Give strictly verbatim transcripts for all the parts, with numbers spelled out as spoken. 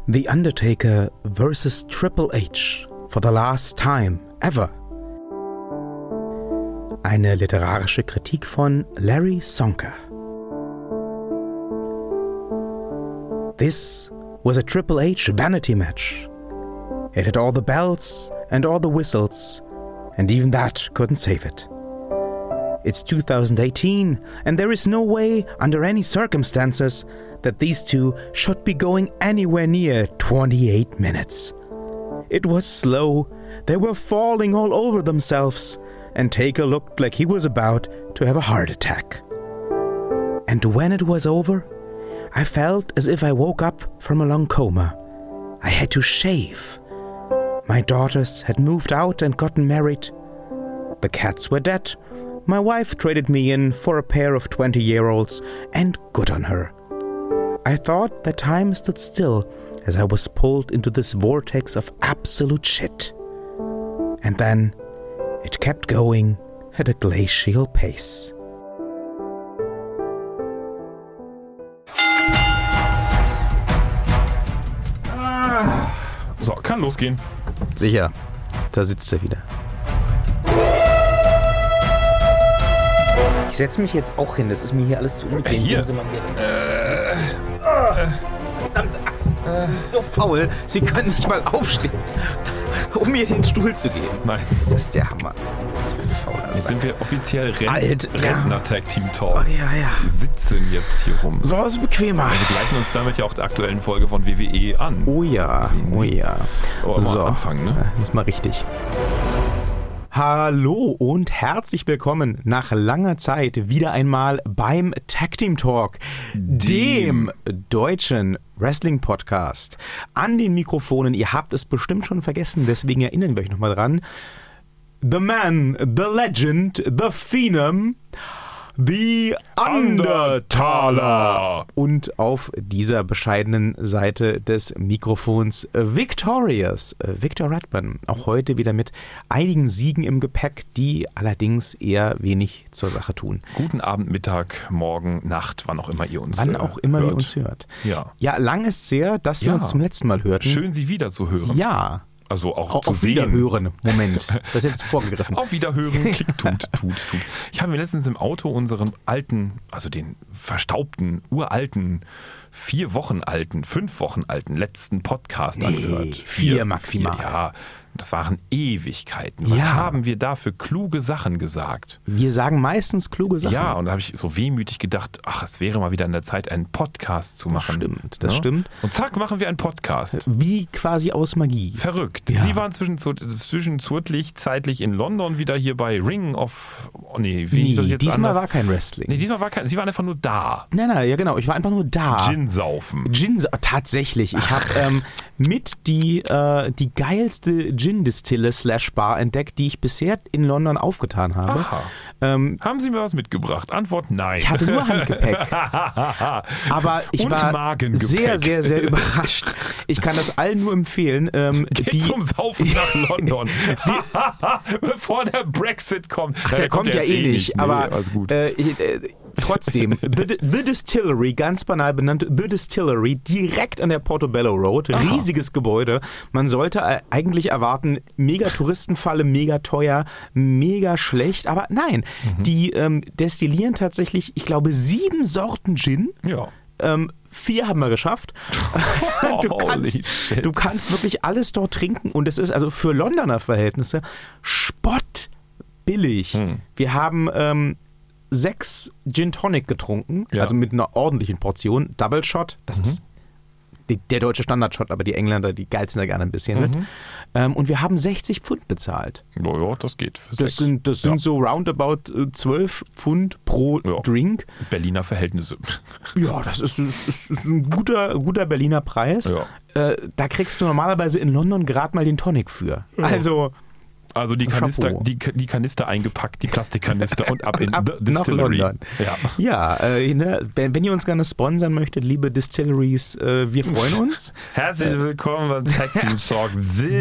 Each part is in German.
The Undertaker versus Triple H for the last time ever. Eine literarische Kritik von Larry Sonker. This was a Triple H vanity match. It had all the bells and all the whistles, and even that couldn't save it. It's two thousand eighteen, and there is no way, under any circumstances, that these two should be going anywhere near twenty-eight minutes. It was slow, they were falling all over themselves, and Taker looked like he was about to have a heart attack. And when it was over, I felt as if I woke up from a long coma. I had to shave. My daughters had moved out and gotten married. The cats were dead. My wife traded me in for a pair of twenty-year-olds, and good on her. I thought that time stood still as I was pulled into this vortex of absolute shit. And then it kept going at a glacial pace. So, kann losgehen. Sicher, da sitzt er wieder. Ich setze mich jetzt auch hin, das ist mir hier alles zu unbequem. Hier? Sie mal hier. Äh, oh, verdammte Axt, Sie sind so faul, Sie können nicht mal aufstehen, um mir den Stuhl zu geben. Nein. Das ist der Hammer. Jetzt sind wir offiziell Ren- Alt, ja. Rentner-Tag-Team-Talk. Oh, ja, ja. Wir sitzen jetzt hier rum. So ist bequemer. Wir gleichen uns damit ja auch der aktuellen Folge von W W E an. Oh ja, oh ja. Oh, aber so, anfangen, ne? Muss mal richtig. Hallo und herzlich willkommen nach langer Zeit wieder einmal beim Tag Team Talk, dem deutschen Wrestling-Podcast. An den Mikrofonen, ihr habt es bestimmt schon vergessen, deswegen erinnern wir euch nochmal dran. The Man, the Legend, the Phenom, the Undertaler. Und auf dieser bescheidenen Seite des Mikrofons Victorious, Victor Redman. Auch heute wieder mit einigen Siegen im Gepäck, die allerdings eher wenig zur Sache tun. Guten Abend, Mittag, Morgen, Nacht, wann auch immer ihr uns hört. Wann auch immer hört. ihr uns hört. Ja. Ja, lang ist es her, dass wir ja. uns zum letzten Mal hörten. Schön, Sie wieder zu hören. Ja. Also auch, auch zu auf sehen. Wiederhören. Moment, das ist jetzt vorgegriffen. Auf Wiederhören, klick, tut, tut, tut. Ich habe mir letztens im Auto unseren alten, also den verstaubten, uralten, vier Wochen alten, fünf Wochen alten letzten Podcast nee, angehört. Vier, vier maximal. Vier, ja, das waren Ewigkeiten. Was ja. haben wir da für kluge Sachen gesagt? Wir sagen meistens kluge Sachen. Ja, und da habe ich so wehmütig gedacht, ach, es wäre mal wieder an der Zeit, einen Podcast zu machen. Das stimmt, das ja? stimmt. Und zack, machen wir einen Podcast. Wie quasi aus Magie. Verrückt. Ja. Sie waren zwischenzeitlich zeitlich in London wieder hier bei Ring of... Oh nee, wie nee, hieß das jetzt diesmal anders? war kein Wrestling. Nee, diesmal war kein... Sie waren einfach nur da. Nein, nein, ja genau, ich war einfach nur da. Gin saufen. Gin sa- tatsächlich. Ich habe ähm, mit die, äh, die geilste Gin-Distille slash Bar entdeckt, die ich bisher in London aufgetan habe. Aha. Ähm, Haben Sie mir was mitgebracht? Antwort nein. Ich hatte nur Handgepäck. Aber ich Und war Magengepäck. sehr, sehr, sehr überrascht. Ich kann das allen nur empfehlen. Ähm, Geht die, zum Saufen nach London. Bevor der Brexit kommt. Ach, der, der kommt, kommt ja eh nicht. Nee, aber alles gut. Äh, äh, trotzdem, the, the Distillery, ganz banal benannt, The Distillery, direkt an der Portobello Road. Aha. Riesiges Gebäude. Man sollte äh, eigentlich erwarten, mega Touristenfalle, mega teuer, mega schlecht. Aber nein, mhm. die ähm, destillieren tatsächlich, ich glaube, sieben Sorten Gin. Ja. Ähm, Vier haben wir geschafft. Du kannst, du kannst wirklich alles dort trinken und es ist also für Londoner Verhältnisse spottbillig. Hm. Wir haben ähm, sechs Gin Tonic getrunken, ja. also mit einer ordentlichen Portion. Double Shot, das mhm. ist die, der deutsche Standard-Shot, aber die Engländer, die geizen da gerne ein bisschen mhm. mit. Ähm, und wir haben sechzig Pfund bezahlt. Ja, ja das geht. Für das sind, das sind ja. so roundabout zwölf Pfund pro ja. Drink. Berliner Verhältnisse. Ja, das ist, das ist ein guter, guter Berliner Preis. Ja. Äh, da kriegst du normalerweise in London gerade mal den Tonic für. Ja. Also Also die Kanister, Chapeau. die, die Kanister eingepackt, die Plastikkanister und ab in Ab the nach Distillery. London. Ja. Ja, äh, ne, wenn, wenn ihr uns gerne sponsern möchtet, liebe Distilleries, äh, wir freuen uns. Herzlich willkommen beim Taxi Talk.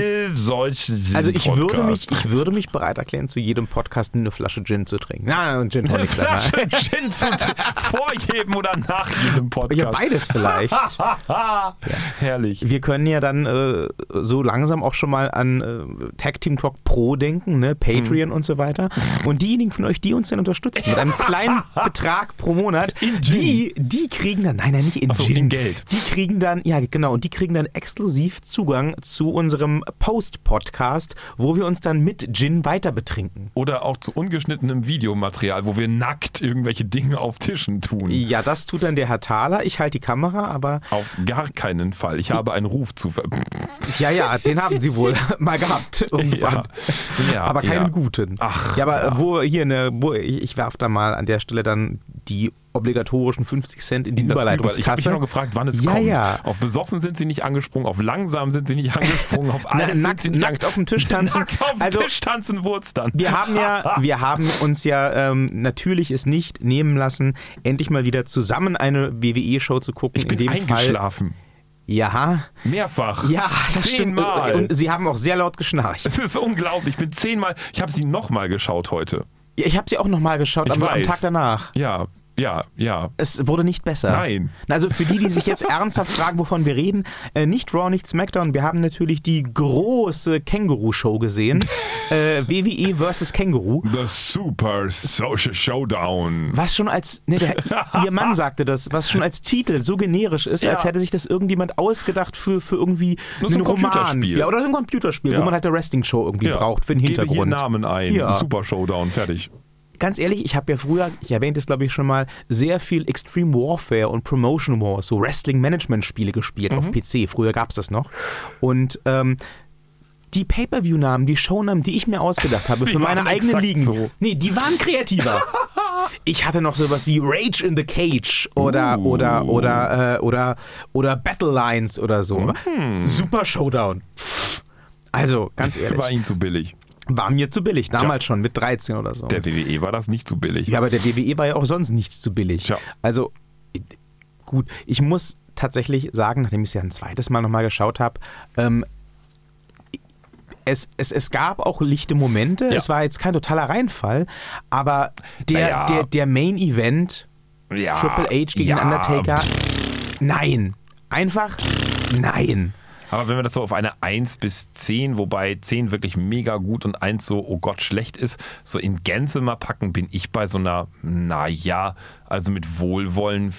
Solche Also ich würde, mich, ich würde mich bereit erklären, zu jedem Podcast eine Flasche Gin zu trinken. Nein, Gin eine Tonic. Flasche Gin zu vor jedem oder nach jedem Podcast. Ja, beides vielleicht. ja. Herrlich. Wir können ja dann äh, so langsam auch schon mal an äh, Tag Team Talk Pro denken, ne? Patreon mhm. und so weiter. Und diejenigen von euch, die uns dann unterstützen, mit einem kleinen Betrag pro Monat, in Gin. die, die kriegen dann, nein, nein, nicht in Ach so, Gin. in Geld. Die kriegen dann, ja genau, und die kriegen dann exklusiv Zugang zu unserem Post-Podcast, wo wir uns dann mit Gin weiter betrinken. Oder auch zu ungeschnittenem Videomaterial, wo wir nackt irgendwelche Dinge auf Tischen tun. Ja, das tut dann der Herr Thaler. Ich halte die Kamera, aber... Auf gar keinen Fall. Ich habe einen Ruf zu ver... Ja, ja, den haben Sie wohl mal gehabt irgendwann. Ja, ja, aber keinen ja. guten. Ach, ja, aber ja. wo hier eine, wo ich, ich werfe da mal an der Stelle dann die obligatorischen fünfzig Cent in die in das Überleitungskasse. Ich habe mich noch gefragt, wann es ja, kommt. Ja. Auf besoffen sind sie nicht angesprungen, auf langsam sind sie nicht angesprungen, auf alles Na, nackt, sind sie nicht nackt auf dem Tisch tanzen. Nackt auf dem also, Tisch tanzen wurd's dann. Wir haben ja, wir haben uns ja ähm, natürlich es nicht nehmen lassen, endlich mal wieder zusammen eine W W E-Show zu gucken. Ich bin in dem eingeschlafen. Fall, ja. Mehrfach. Ja, das zehnmal. stimmt. Und Sie haben auch sehr laut geschnarcht. Das ist unglaublich. Ich bin zehnmal, ich habe sie nochmal geschaut heute. Ja, ich habe sie auch nochmal geschaut, Ich aber am weiß. Tag danach. Ja, ja, ja. Es wurde nicht besser. Nein. Also für die, die sich jetzt ernsthaft fragen, wovon wir reden, äh, nicht Raw, nicht SmackDown. Wir haben natürlich die große Känguru-Show gesehen. äh, W W E versus Känguru. The Super Social Showdown. Was schon als, ne, der, ihr Mann sagte das, was schon als Titel so generisch ist, Ja. als hätte sich das irgendjemand ausgedacht für, für irgendwie Nur so einen ein Roman. Computerspiel. Ja, oder so ein Computerspiel, Ja. wo man halt eine Wrestling-Show irgendwie Ja. braucht für den Gebe Hintergrund. hier Namen ein. Ja. Super Showdown, fertig. Ganz ehrlich, ich habe ja früher, ich erwähnte es glaube ich schon mal, sehr viel Extreme Warfare und Promotion Wars, so Wrestling-Management-Spiele gespielt Mhm. auf P C. Früher gab es das noch. Und ähm, die Pay-Per-View-Namen, die Shownamen, die ich mir ausgedacht habe Die für meine waren eigenen exakt Ligen, so. nee, die waren kreativer. Ich hatte noch sowas wie Rage in the Cage oder Uh. oder oder äh, oder oder Battle Lines oder so. Mhm. Super Showdown. Also, ganz ehrlich, War ihnen zu billig. war mir zu billig. Damals schon mit dreizehn oder so. Der W W E war das nicht zu billig. Ja, aber der W W E war ja auch sonst nichts zu billig. Ja. Also, gut, ich muss tatsächlich sagen, nachdem ich es ja ein zweites Mal nochmal geschaut habe, ähm, es, es, es gab auch lichte Momente. Ja. Es war jetzt kein totaler Reinfall, aber der, Naja. der, der Main Event, Ja, Triple H gegen ja, Undertaker, nein. Einfach nein. Aber wenn wir das so auf eine eins bis zehn, wobei zehn wirklich mega gut und eins so, oh Gott, schlecht ist, so in Gänze mal packen, bin ich bei so einer, naja, also mit Wohlwollen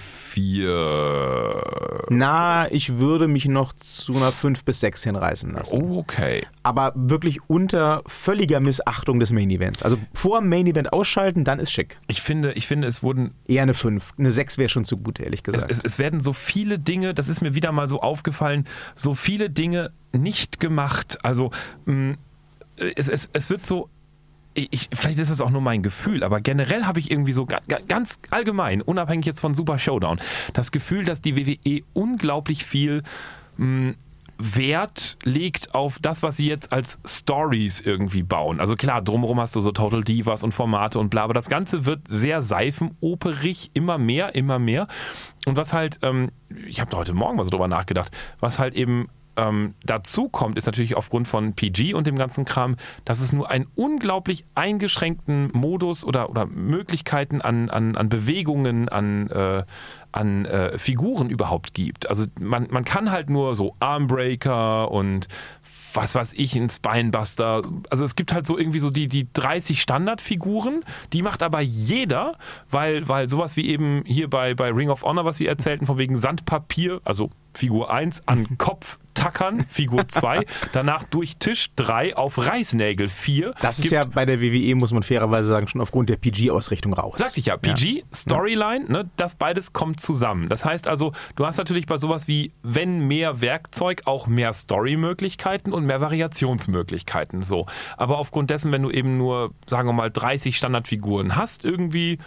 vier. Na, ich würde mich noch zu einer fünf bis sechs hinreißen lassen. Oh, okay. Aber wirklich unter völliger Missachtung des Main Events. Also vor dem Main Event ausschalten, dann ist schick. Ich finde, ich finde, es wurden Eher eine fünf. Eine sechs wäre schon zu gut, ehrlich Es, gesagt. es, es werden so viele Dinge, das ist mir wieder mal so aufgefallen, so viele Dinge nicht gemacht. Also mh, es, es, es wird so, ich, vielleicht ist das auch nur mein Gefühl, aber generell habe ich irgendwie so ga, ga, ganz allgemein, unabhängig jetzt von Super Showdown, das Gefühl, dass die W W E unglaublich viel mh, Wert legt auf das, was sie jetzt als Stories irgendwie bauen. Also klar, drumherum hast du so Total Divas und Formate und bla, aber das Ganze wird sehr seifenoperig, immer mehr, immer mehr. Und was halt, ähm, ich habe da heute Morgen mal so drüber nachgedacht, was halt eben ähm, dazu kommt, ist natürlich aufgrund von P G und dem ganzen Kram, dass es nur einen unglaublich eingeschränkten Modus oder, oder Möglichkeiten an, an, an Bewegungen, an, äh, an äh, Figuren überhaupt gibt. Also man, man kann halt nur so Armbreaker und was weiß ich, ein Spinebuster. Also es gibt halt so irgendwie so die, die dreißig Standardfiguren, die macht aber jeder, weil, weil sowas wie eben hier bei, bei Ring of Honor, was sie erzählten, von wegen Sandpapier, also Figur eins an Kopf tackern, Figur zwei, danach durch Tisch drei auf Reißnägel vier. Das ist Gibt- ja bei der W W E, muss man fairerweise sagen, schon aufgrund der P G-Ausrichtung raus. Sagte ich ja, P G, Storyline, ne, das beides kommt zusammen. Das heißt also, du hast natürlich bei sowas wie, wenn mehr Werkzeug, auch mehr Story-Möglichkeiten und mehr Variationsmöglichkeiten. So. Aber aufgrund dessen, wenn du eben nur, sagen wir mal, dreißig Standardfiguren hast, irgendwie,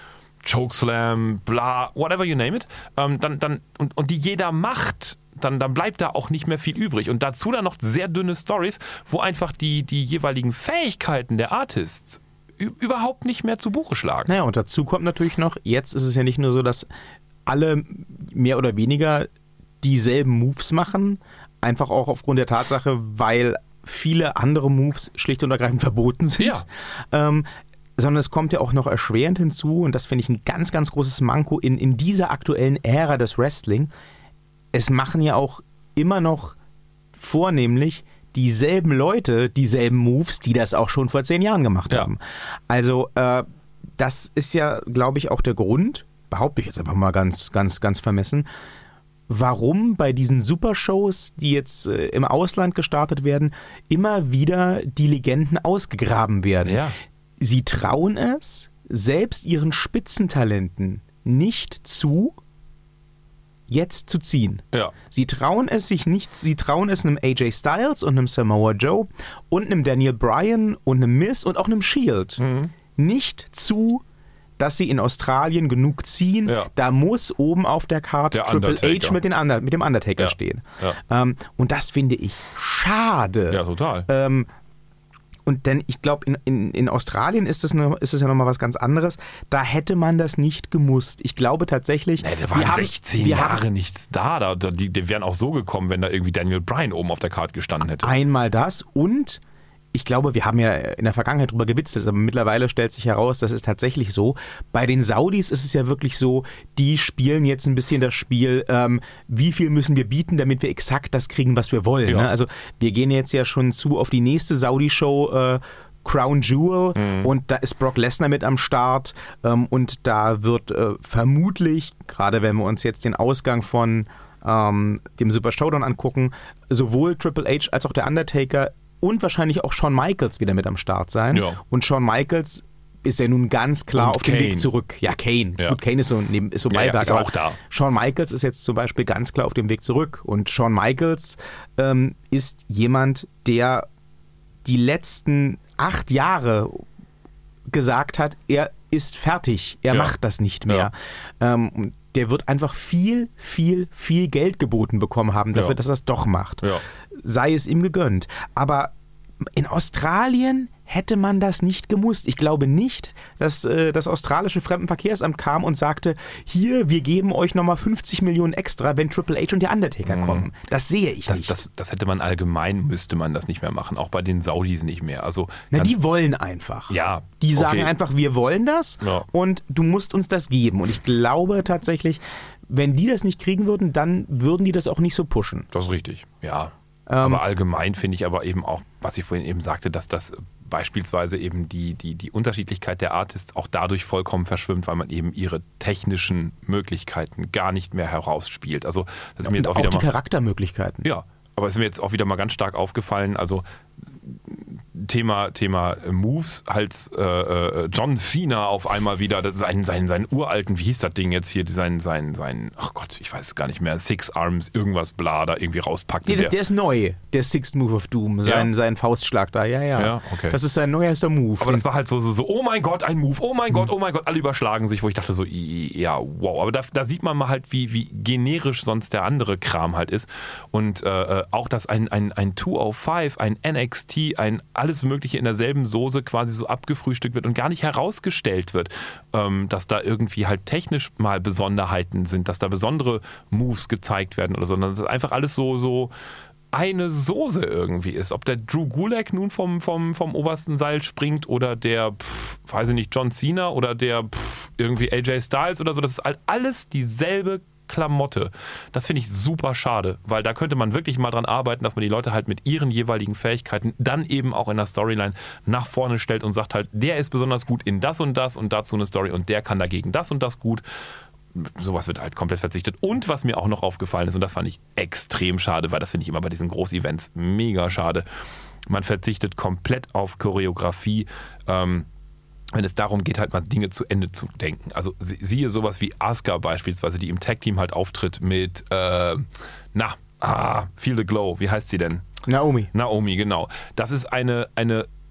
Chokeslam, bla, whatever you name it, ähm, dann, dann, und, und die jeder macht, dann, dann bleibt da auch nicht mehr viel übrig. Und dazu dann noch sehr dünne Storys, wo einfach die, die jeweiligen Fähigkeiten der Artists ü- überhaupt nicht mehr zu Buche schlagen. Naja, und dazu kommt natürlich noch, jetzt ist es ja nicht nur so, dass alle mehr oder weniger dieselben Moves machen, einfach auch aufgrund der Tatsache, weil viele andere Moves schlicht und ergreifend verboten sind. Ja. Ähm, sondern es kommt ja auch noch erschwerend hinzu, und das finde ich ein ganz, ganz großes Manko in, in dieser aktuellen Ära des Wrestling. Es machen ja auch immer noch vornehmlich dieselben Leute dieselben Moves, die das auch schon vor zehn Jahren gemacht Ja. haben. Also äh, das ist ja, glaube ich, auch der Grund, behaupte ich jetzt einfach mal ganz, ganz, ganz vermessen, warum bei diesen Supershows, die jetzt äh, im Ausland gestartet werden, immer wieder die Legenden ausgegraben werden. Ja. Sie trauen es selbst ihren Spitzentalenten nicht zu, jetzt zu ziehen. Ja. Sie trauen es sich nicht, sie trauen es einem A J Styles und einem Samoa Joe und einem Daniel Bryan und einem Miz und auch einem Shield Mhm. nicht zu, dass sie in Australien genug ziehen. Ja. Da muss oben auf der Karte Der Triple Undertaker. H mit, den Under, mit dem Undertaker Ja. stehen. Ja. Ähm, und das finde ich schade. Ja, total. Ähm, und denn ich glaube, in, in, in Australien ist es, ne, ist es ja nochmal was ganz anderes. Da hätte man das nicht gemusst. Ich glaube tatsächlich. Nee, da wir waren haben- sechzehn wir Jahre haben nichts da. da, da die, die wären auch so gekommen, wenn da irgendwie Daniel Bryan oben auf der Karte gestanden hätte. Einmal das und ich glaube, wir haben ja in der Vergangenheit drüber gewitzelt, aber mittlerweile stellt sich heraus, das ist tatsächlich so. Bei den Saudis ist es ja wirklich so, die spielen jetzt ein bisschen das Spiel, ähm, wie viel müssen wir bieten, damit wir exakt das kriegen, was wir wollen. Ja. Ne? Also wir gehen jetzt ja schon zu auf die nächste Saudi-Show, äh, Crown Jewel, Mhm. und da ist Brock Lesnar mit am Start, ähm, und da wird äh, vermutlich, gerade wenn wir uns jetzt den Ausgang von ähm, dem Super Showdown angucken, sowohl Triple H als auch der Undertaker und wahrscheinlich auch Shawn Michaels wieder mit am Start sein. Ja. Und Shawn Michaels ist ja nun ganz klar Und auf dem Kane. Weg zurück. Ja, Kane. Ja. Gut, Kane ist so, neben, ist so Ja, ja, Beiwerk, ist aber auch da. Shawn Michaels ist jetzt zum Beispiel ganz klar auf dem Weg zurück. Und Shawn Michaels ähm, ist jemand, der die letzten acht Jahre gesagt hat, er ist fertig, er Ja. macht das nicht mehr. Ähm, und der wird einfach viel, viel, viel Geld geboten bekommen haben dafür, Ja. dass er es doch macht. Ja. Sei es ihm gegönnt. Aber in Australien hätte man das nicht gemusst. Ich glaube nicht, dass äh, das australische Fremdenverkehrsamt kam und sagte, hier, wir geben euch nochmal fünfzig Millionen extra, wenn Triple H und der Undertaker kommen. Das sehe ich Das, nicht. das, das hätte man allgemein, müsste man das nicht mehr machen. Auch bei den Saudis nicht mehr. Also Na, ganz- die wollen einfach. Ja, Die sagen okay. einfach, wir wollen das Ja. und du musst uns das geben. Und ich glaube tatsächlich, wenn die das nicht kriegen würden, dann würden die das auch nicht so pushen. Das ist richtig, ja. Ähm, aber allgemein finde ich aber eben auch, was ich vorhin eben sagte, dass das beispielsweise eben die, die, die Unterschiedlichkeit der Artists auch dadurch vollkommen verschwimmt, weil man eben ihre technischen Möglichkeiten gar nicht mehr herausspielt. Also das ist mir jetzt auch auch wieder die mal... Charaktermöglichkeiten. Ja, aber es ist mir jetzt auch wieder mal ganz stark aufgefallen, also Thema, Thema Moves, halt äh, John Cena auf einmal wieder, das ist sein, sein, sein uralten, wie hieß das Ding jetzt hier, sein, sein, sein, ach Gott, ich weiß es gar nicht mehr, Six Arms, irgendwas bla, da irgendwie rauspackt. Nee, der, der, der ist neu, der Sixth Move of Doom, sein, Ja. sein Faustschlag da, ja, ja. Ja, okay. Das ist sein neuester Move. aber das war halt so, so, so, oh mein Gott, ein Move, oh mein Mhm. Gott, oh mein Gott, alle überschlagen sich, wo ich dachte so, i- ja, wow. Aber da, da sieht man mal halt, wie, wie generisch sonst der andere Kram halt ist. Und äh, auch, dass ein, ein, ein zweihundertfünf, ein N X T, ein alles Mögliche in derselben Soße quasi so abgefrühstückt wird und gar nicht herausgestellt wird, ähm, dass da irgendwie halt technisch mal Besonderheiten sind, dass da besondere Moves gezeigt werden oder so, sondern dass es einfach alles so, so eine Soße irgendwie ist. Ob der Drew Gulak nun vom, vom, vom obersten Seil springt oder der, pff, weiß ich nicht, John Cena oder der pff, irgendwie A J Styles oder so, das ist halt alles dieselbe Klamotte. Das finde ich super schade, weil da könnte man wirklich mal dran arbeiten, dass man die Leute halt mit ihren jeweiligen Fähigkeiten dann eben auch in der Storyline nach vorne stellt und sagt halt, der ist besonders gut in das und das und dazu eine Story und der kann dagegen das und das gut. Sowas wird halt komplett verzichtet. Und was mir auch noch aufgefallen ist, und das fand ich extrem schade, weil das finde ich immer bei diesen Groß-Events mega schade, man verzichtet komplett auf Choreografie, ähm, wenn es darum geht, halt mal Dinge zu Ende zu denken. Also sie- siehe sowas wie Asuka beispielsweise, die im Tag-Team halt auftritt mit, äh, na, ah, Feel the Glow, wie heißt sie denn? Naomi. Naomi, genau. Das ist eine, eine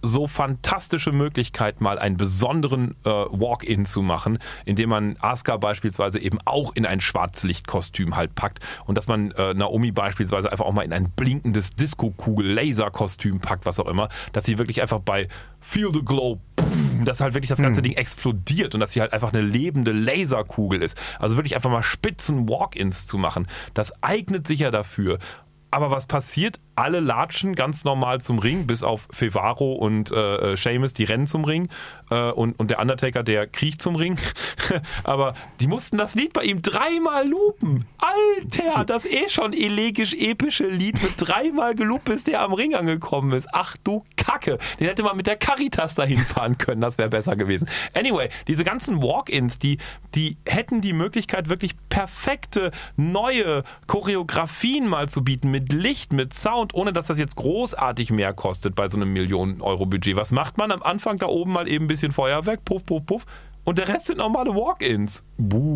so fantastische Möglichkeit, mal einen besonderen äh, Walk-In zu machen, indem man Asuka beispielsweise eben auch in ein Schwarzlichtkostüm halt packt und dass man äh, Naomi beispielsweise einfach auch mal in ein blinkendes Disco-Kugel-Laser-Kostüm packt, was auch immer, dass sie wirklich einfach bei Feel the Glow, pff, dass halt wirklich das ganze hm. Ding explodiert und dass sie halt einfach eine lebende Laserkugel ist. Also wirklich einfach mal spitzen Walk-Ins zu machen, das eignet sich ja dafür. Aber was passiert? Alle latschen ganz normal zum Ring, bis auf Fevaro und äh, Sheamus, die rennen zum Ring äh, und, und der Undertaker, der kriecht zum Ring. Aber die mussten das Lied bei ihm dreimal loopen. Alter, das eh schon elegisch-epische Lied wird dreimal geloopt, bis der am Ring angekommen ist. Ach du Kacke. Den hätte man mit der Caritas dahin fahren können, das wäre besser gewesen. Anyway, diese ganzen Walk-Ins, die, die hätten die Möglichkeit, wirklich perfekte, neue Choreografien mal zu bieten, mit Licht, mit Sound, ohne dass das jetzt großartig mehr kostet bei so einem Millionen-Euro-Budget. Was macht man am Anfang da oben? Mal eben ein bisschen Feuerwerk, puff, puff, puff. Und der Rest sind normale Walk-Ins.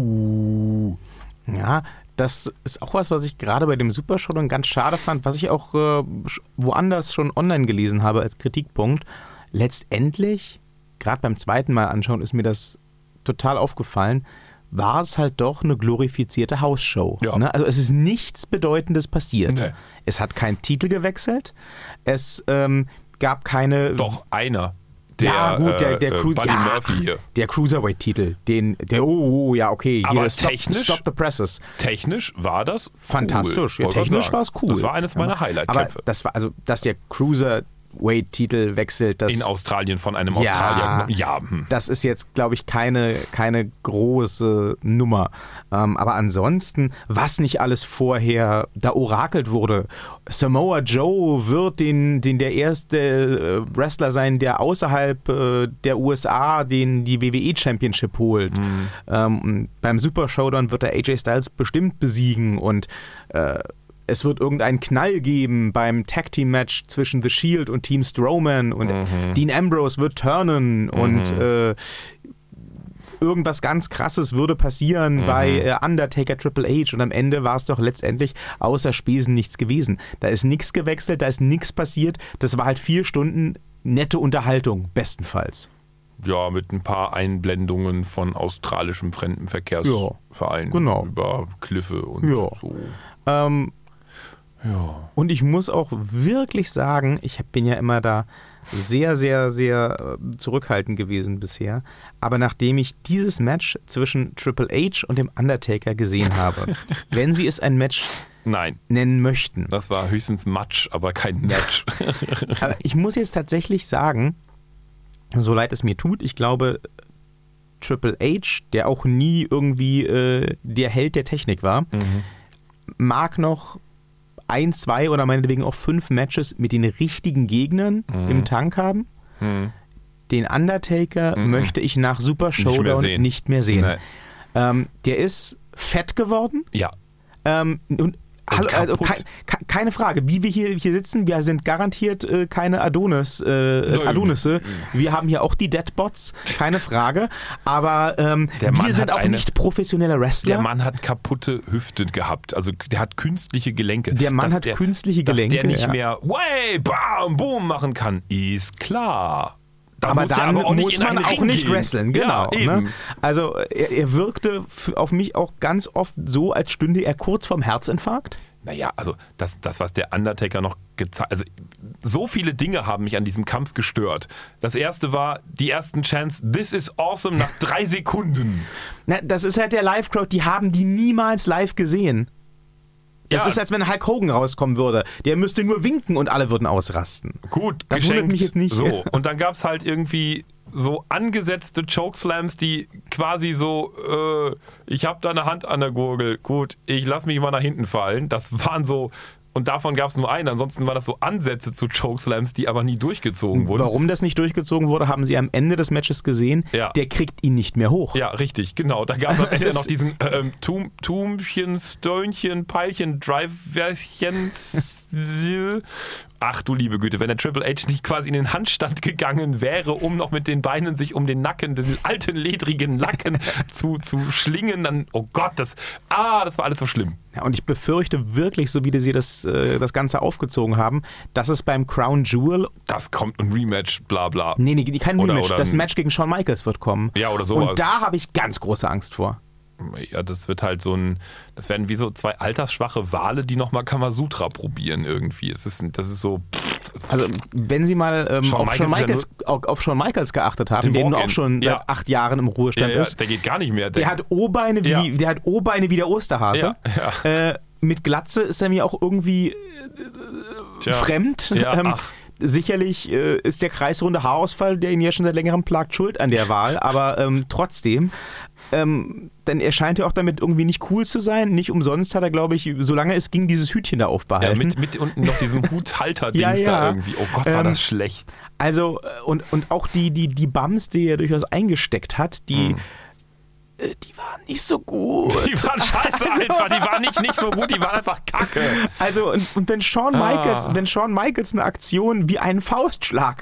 Buh. Ja, das ist auch was, was ich gerade bei dem Super Showdown ganz schade fand, was ich auch äh, woanders schon online gelesen habe als Kritikpunkt. Letztendlich, gerade beim zweiten Mal anschauen, ist mir das total aufgefallen, war es halt doch eine glorifizierte Hausshow. Ja. Ne? Also es ist nichts Bedeutendes passiert. Nee. Es hat keinen Titel gewechselt. Es ähm, gab keine... Doch, einer. Der, ja, gut, der, der, äh, Cruise, Buddy ja, Murphy hier. Der Cruiserweight-Titel, den, der, oh, oh, ja, okay. Aber hier, technisch, stop, stop the Presses. Technisch war das fantastisch. Cool, ja, technisch war es cool. Das war eines meiner Highlight-Kämpfe. Aber das war, also, dass der Cruiser Weight-Titel wechselt. Das, in Australien von einem ja, Australier. Ja, hm. Das ist jetzt, glaube ich, keine, keine große Nummer. Ähm, aber ansonsten, was nicht alles vorher da orakelt wurde. Samoa Joe wird den, den der erste äh, Wrestler sein, der außerhalb äh, der U S A den die W W E Championship holt. Mhm. Ähm, beim Super Showdown wird er A J Styles bestimmt besiegen und äh, es wird irgendeinen Knall geben beim Tag-Team-Match zwischen The Shield und Team Strowman und mhm. Dean Ambrose wird turnen mhm. und äh, irgendwas ganz Krasses würde passieren mhm. bei äh, Undertaker Triple H und am Ende war es doch letztendlich außer Spesen nichts gewesen. Da ist nichts gewechselt, da ist nichts passiert. Das war halt vier Stunden nette Unterhaltung, bestenfalls. Ja, mit ein paar Einblendungen von australischem Fremdenverkehrsverein ja, genau. über Kliffe und ja. so. Ähm, Ja. Und ich muss auch wirklich sagen, ich bin ja immer da sehr, sehr, sehr zurückhaltend gewesen bisher. Aber nachdem ich dieses Match zwischen Triple H und dem Undertaker gesehen habe, wenn sie es ein Match Nein. nennen möchten. Das war höchstens Match, aber kein Match. Aber ich muss jetzt tatsächlich sagen, so leid es mir tut, ich glaube, Triple H, der auch nie irgendwie äh, der Held der Technik war, mhm. mag noch ein, zwei oder meinetwegen auch fünf Matches mit den richtigen Gegnern mhm. im Tank haben. Mhm. Den Undertaker mhm. möchte ich nach Super Showdown nicht mehr sehen. Nicht mehr sehen. Ähm, der ist fett geworden. Ja. Ähm, und Hallo, also ke- ke- keine Frage, wie wir hier, hier sitzen, wir sind garantiert äh, keine Adonis, äh, Adonisse. Wir haben hier auch die Deadbots, keine Frage. Aber ähm, wir sind auch eine, nicht professionelle Wrestler. Der Mann hat kaputte Hüften gehabt, also der hat künstliche Gelenke. Der Mann hat der, künstliche Gelenke. Dass der nicht ja. mehr way, bam, boom machen kann, ist klar. Da aber muss dann aber auch muss nicht man auch nicht wresteln, genau. Ja, ne? Also er, er wirkte f- auf mich auch ganz oft so, als stünde er kurz vorm Herzinfarkt. Naja, also das, das was der Undertaker noch gezeigt, also so viele Dinge haben mich an diesem Kampf gestört. Das erste war die ersten Chants, this is awesome, nach drei Sekunden. Na, das ist halt der Live-Crowd, die haben die niemals live gesehen. Das ja. ist, als wenn Hulk Hogan rauskommen würde. Der müsste nur winken und alle würden ausrasten. Gut, das geschenkt. wundert mich jetzt nicht. So, und dann gab es halt irgendwie so angesetzte Chokeslams, die quasi so, äh, ich habe da eine Hand an der Gurgel, gut, ich lass mich mal nach hinten fallen. Das waren so, und davon gab es nur einen. Ansonsten waren das so Ansätze zu Chokeslams, die aber nie durchgezogen wurden. Warum das nicht durchgezogen wurde, haben sie am Ende des Matches gesehen. Ja. Der kriegt ihn nicht mehr hoch. Ja, richtig, genau. Da gab es am Ende noch diesen ähm, Tum, Tumchen, Stönchen, Peilchen, Driverchen. ach du liebe Güte, wenn der Triple H nicht quasi in den Handstand gegangen wäre, um noch mit den Beinen sich um den Nacken, den alten, ledrigen Nacken zu, zu schlingen, dann, oh Gott, das, ah, das war alles so schlimm. Ja, und ich befürchte wirklich, so wie sie das, äh, das Ganze aufgezogen haben, dass es beim Crown Jewel... Das kommt ein Rematch, bla bla. Nee, nee, kein Oder- Rematch. oder das ein- Match gegen Shawn Michaels wird kommen. Ja, oder sowas. Und da habe ich ganz große Angst vor. Ja, das wird halt so ein, das werden wie so zwei altersschwache Wale, die nochmal Kamasutra probieren irgendwie. Das ist, das ist so... Pff, das Also, wenn Sie mal ähm, Shawn auf, Shawn Michaels ist Michaels, auf, auf Shawn Michaels geachtet haben, Den der nun auch Walk-In. schon Ja. seit acht Jahren im Ruhestand ja, ja, ist, der geht gar nicht mehr. der hat O-Beine wie, Ja. der hat O-Beine wie der Osterhase. Ja, ja. Äh, mit Glatze ist er mir auch irgendwie Tja. fremd. Ja, ähm, ach. Sicherlich äh, ist der kreisrunde Haarausfall, der ihn ja schon seit längerem plagt, schuld an der Wahl, aber ähm, trotzdem, ähm, denn er scheint ja auch damit irgendwie nicht cool zu sein. Nicht umsonst hat er, glaube ich, solange es ging, dieses Hütchen da Ja, aufbehalten. mit, mit unten noch diesem Huthalter-Dings Ja, ja. da irgendwie. Oh Gott, war Ähm, das schlecht. Also, äh, und, und auch die, die, die Bums, die er durchaus eingesteckt hat, die, Hm. äh, die waren nicht so gut. Die waren scheiße einfach, die waren nicht, nicht so gut, die waren einfach kacke. Also, und, und wenn Shawn Ah. Michaels, wenn Shawn Michaels eine Aktion wie einen Faustschlag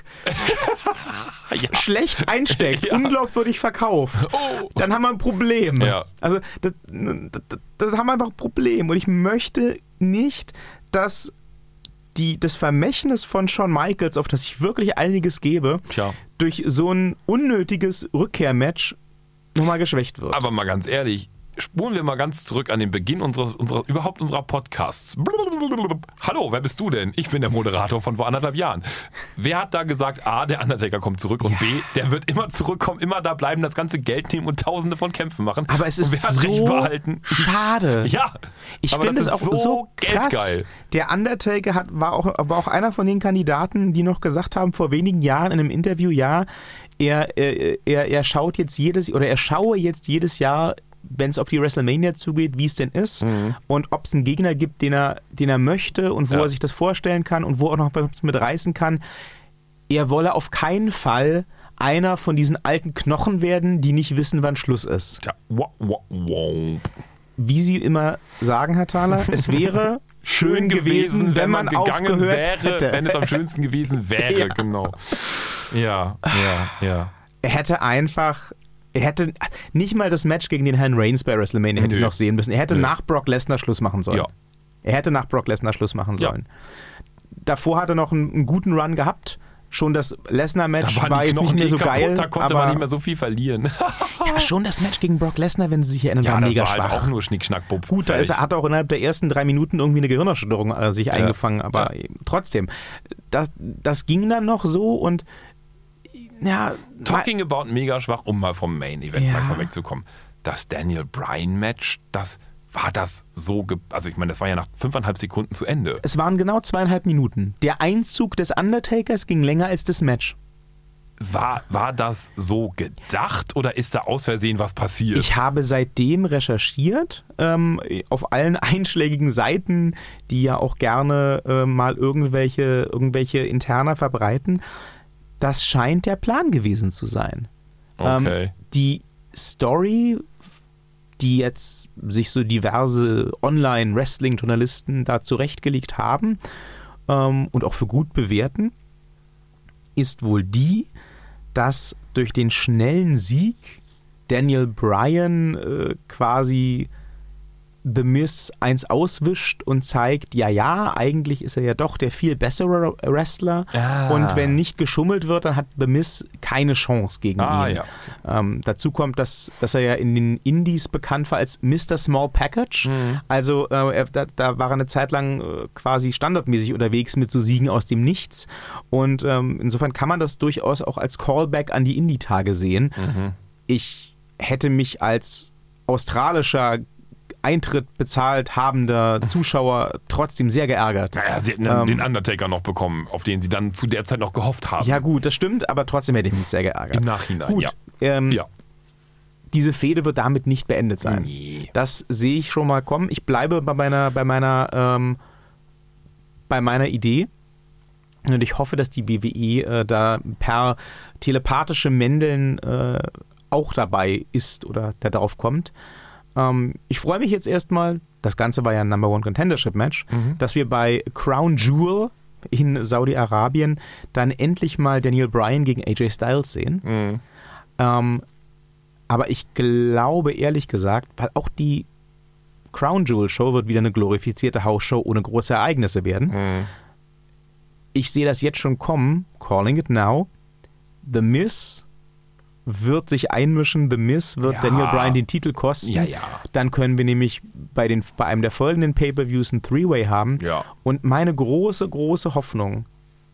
Ja. schlecht einsteckt, Ja. unglaubwürdig verkauft, Oh. dann haben wir ein Problem. Ja. Also, das, das, das haben wir einfach ein Problem. Und ich möchte nicht, dass die, das Vermächtnis von Shawn Michaels, auf das ich wirklich einiges gebe, Tja. durch so ein unnötiges Rückkehrmatch nochmal geschwächt wird. Aber mal ganz ehrlich, spulen wir mal ganz zurück an den Beginn unseres, unserer, überhaupt unserer Podcasts. Hallo, wer bist du denn? Ich bin der Moderator von vor anderthalb Jahren. Wer hat da gesagt, A, der Undertaker kommt zurück und B, der wird immer zurückkommen, immer da bleiben, das ganze Geld nehmen und tausende von Kämpfen machen. Aber es und ist wer hat so recht behalten? schade. Ja, Ich aber finde das es ist auch so, so krass. geldgeil. Der Undertaker hat, war, auch, war auch einer von den Kandidaten, die noch gesagt haben, vor wenigen Jahren in einem Interview, ja, er, er, er, er schaut jetzt jedes, oder er schaue jetzt jedes Jahr, wenn es auf die WrestleMania zugeht, wie es denn ist und ob es einen Gegner gibt, den er, den er möchte und wo Ja. er sich das vorstellen kann und wo er noch was mit reißen kann. Er wolle auf keinen Fall einer von diesen alten Knochen werden, die nicht wissen, wann Schluss ist. Tja, wow, wow, wow. Wie Sie immer sagen, Herr Thaler, es wäre schön gewesen, wenn man gegangen aufgehört wäre, hätte. wenn es am schönsten gewesen wäre, Ja. genau. Ja, ja, ja. Er hätte einfach, er hätte nicht mal das Match gegen den Herrn Reigns bei WrestleMania hätte Nö. ich noch sehen müssen. Er hätte Nö. nach Brock Lesnar Schluss machen sollen. Ja. Er hätte nach Brock Lesnar Schluss machen Ja. sollen. Davor hat er noch einen, einen guten Run gehabt. Schon das Lesnar-Match Da waren war die jetzt nicht Knochen mehr eh so kaputt, geil. da konnte aber man nicht mehr so viel verlieren. ja, schon das Match gegen Brock Lesnar, wenn Sie sich erinnern, Ja, war das mega war halt schwach. auch nur Schnick, Bub. Gut, da ist, er hat er auch innerhalb der ersten drei Minuten irgendwie eine Gehirnerschütterung äh, sich eingefangen, aber Ja. trotzdem, das, das ging dann noch so und ja, Talking about mega schwach, um mal vom Main-Event Ja. langsam wegzukommen. Das Daniel Bryan-Match, das war das so, ge also ich meine, das war ja nach fünfeinhalb Sekunden zu Ende. es waren genau zweieinhalb Minuten. Der Einzug des Undertakers ging länger als das Match. War, war das so gedacht oder ist da aus Versehen was passiert? Ich habe seitdem recherchiert, ähm, auf allen einschlägigen Seiten, die ja auch gerne äh, mal irgendwelche, irgendwelche Interna verbreiten. Das scheint der Plan gewesen zu sein. Okay. Ähm, die Story, die jetzt sich so diverse Online-Wrestling-Journalisten da zurechtgelegt haben ähm, und auch für gut bewerten, ist wohl die, dass durch den schnellen Sieg Daniel Bryan äh, quasi The Miz eins auswischt und zeigt, ja, ja, eigentlich ist er ja doch der viel bessere Wrestler Ah. und wenn nicht geschummelt wird, dann hat The Miz keine Chance gegen Ah, ihn. ja. Ähm, dazu kommt, dass, dass er ja in den Indies bekannt war als Mister Small Package. Mhm. Also äh, er, da, da war er eine Zeit lang äh, quasi standardmäßig unterwegs mit so Siegen aus dem Nichts. Und ähm, insofern kann man das durchaus auch als Callback an die Indie-Tage sehen. Mhm. Ich hätte mich als australischer Eintritt bezahlt habender Zuschauer trotzdem sehr geärgert. Naja, sie hätten Ähm, den Undertaker noch bekommen, auf den sie dann zu der Zeit noch gehofft haben. Ja gut, das stimmt, aber trotzdem hätte ich mich sehr geärgert. Im Nachhinein, Gut, ja. ähm, Ja. diese Fehde wird damit nicht beendet sein. Nee. Das sehe ich schon mal kommen. Ich bleibe bei meiner, bei meiner, ähm, bei meiner Idee. Und ich hoffe, dass die W W E äh, da per telepathische Mändeln äh, auch dabei ist oder da drauf kommt. Ähm, ich freue mich jetzt erstmal, das Ganze war ja ein Number One Contendership Match, Mhm. dass wir bei Crown Jewel in Saudi-Arabien dann endlich mal Daniel Bryan gegen A J Styles sehen. Mhm. Ähm, aber ich glaube, ehrlich gesagt, weil auch die Crown Jewel Show wird wieder eine glorifizierte Hausshow ohne große Ereignisse werden. Mhm. Ich sehe das jetzt schon kommen, calling it now. The Miz wird sich einmischen, The Miz wird Ja. Daniel Bryan den Titel kosten. Ja, ja. Dann können wir nämlich bei, den, bei einem der folgenden Pay-Per-Views ein Three-Way haben. Ja. Und meine große, große Hoffnung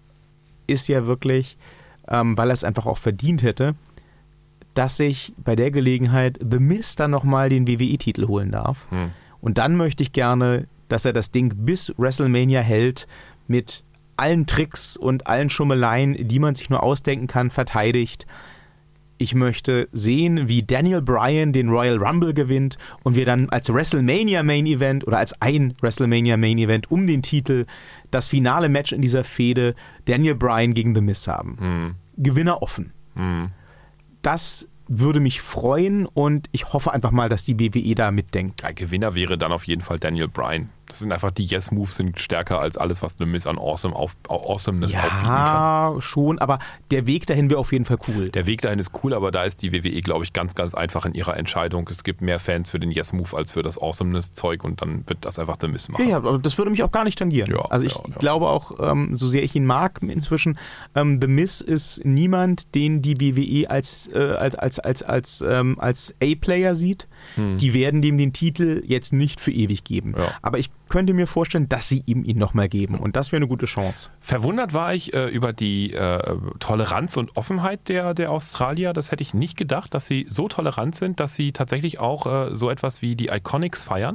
ist ja wirklich, ähm, weil er es einfach auch verdient hätte, dass sich bei der Gelegenheit The Miz dann nochmal den W W E-Titel holen darf. Hm. Und dann möchte ich gerne, dass er das Ding bis WrestleMania hält, mit allen Tricks und allen Schummeleien, die man sich nur ausdenken kann, verteidigt. Ich möchte sehen, wie Daniel Bryan den Royal Rumble gewinnt und wir dann als WrestleMania Main Event oder als ein WrestleMania Main Event um den Titel das finale Match in dieser Fehde Daniel Bryan gegen The Miz haben. Hm. Gewinner offen. Hm. Das würde mich freuen und ich hoffe einfach mal, dass die W W E da mitdenkt. Ein Gewinner wäre dann auf jeden Fall Daniel Bryan. Das sind einfach die Yes-Moves sind stärker als alles, was The Miz an awesome auf, Awesomeness aufbieten kann. Ja, schon, aber der Weg dahin wäre auf jeden Fall cool. Der Weg dahin ist cool, aber da ist die W W E, glaube ich, ganz, ganz einfach in ihrer Entscheidung. Es gibt mehr Fans für den Yes-Move als für das Awesomeness-Zeug und dann wird das einfach The Miz machen. Ja, ja, aber das würde mich auch gar nicht tangieren. Ja, also ich ja, ja. glaube auch, ähm, so sehr ich ihn mag inzwischen, ähm, The Miz ist niemand, den die W W E als, äh, als, als, als, als, ähm, als A-Player sieht. Hm. Die werden dem den Titel jetzt nicht für ewig geben. Ja. Aber ich könnte mir vorstellen, dass sie ihm ihn nochmal geben und das wäre eine gute Chance. Verwundert war ich äh, über die äh, Toleranz und Offenheit der, der Australier. Das hätte ich nicht gedacht, dass sie so tolerant sind, dass sie tatsächlich auch äh, so etwas wie die Iconics feiern.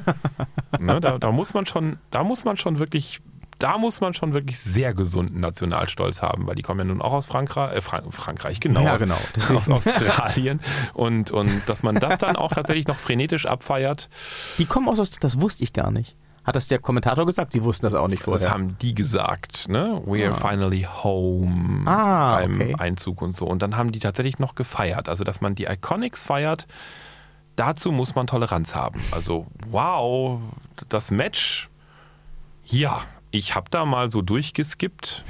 ne, da, da muss man schon, da muss man schon wirklich, da muss man schon wirklich sehr gesunden Nationalstolz haben, weil die kommen ja nun auch aus Frankreich, äh, Frank- Frankreich, genau, Ja, aus, genau. aus Australien. Und, und dass man das dann auch tatsächlich noch frenetisch abfeiert. Die kommen aus, Aust- das wusste ich gar nicht. Hat das der Kommentator gesagt? Die wussten das auch nicht vorher. Das haben die gesagt, ne? We are Ah. finally home Ah, beim okay. Einzug und so. Und dann haben die tatsächlich noch gefeiert. Also, dass man die Iconics feiert, dazu muss man Toleranz haben. Also, wow, das Match, ja, ich habe da mal so durchgeskippt.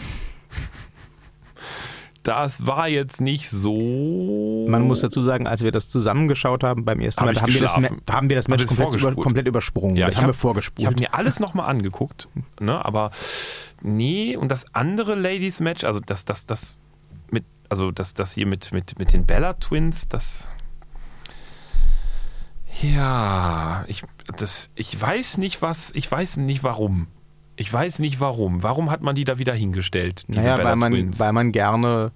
Das war jetzt nicht so... Man muss dazu sagen, als wir das zusammengeschaut haben beim ersten Hab Mal, ich da haben wir, das, geschlafen. Ma- haben wir das Match Hab es komplett, über, vorgespult. komplett übersprungen. Ja, das ich haben wir hab- Ich vorgespult. habe mir alles nochmal angeguckt, ne, aber nee, und das andere Ladies-Match, also das, das, das mit, also das, das hier mit, mit, mit den Bella Twins, das ja, ich, das, ich weiß nicht was, ich weiß nicht warum. Ich weiß nicht warum. Warum hat man die da wieder hingestellt, diese naja, Bella weil man, Twins? weil man gerne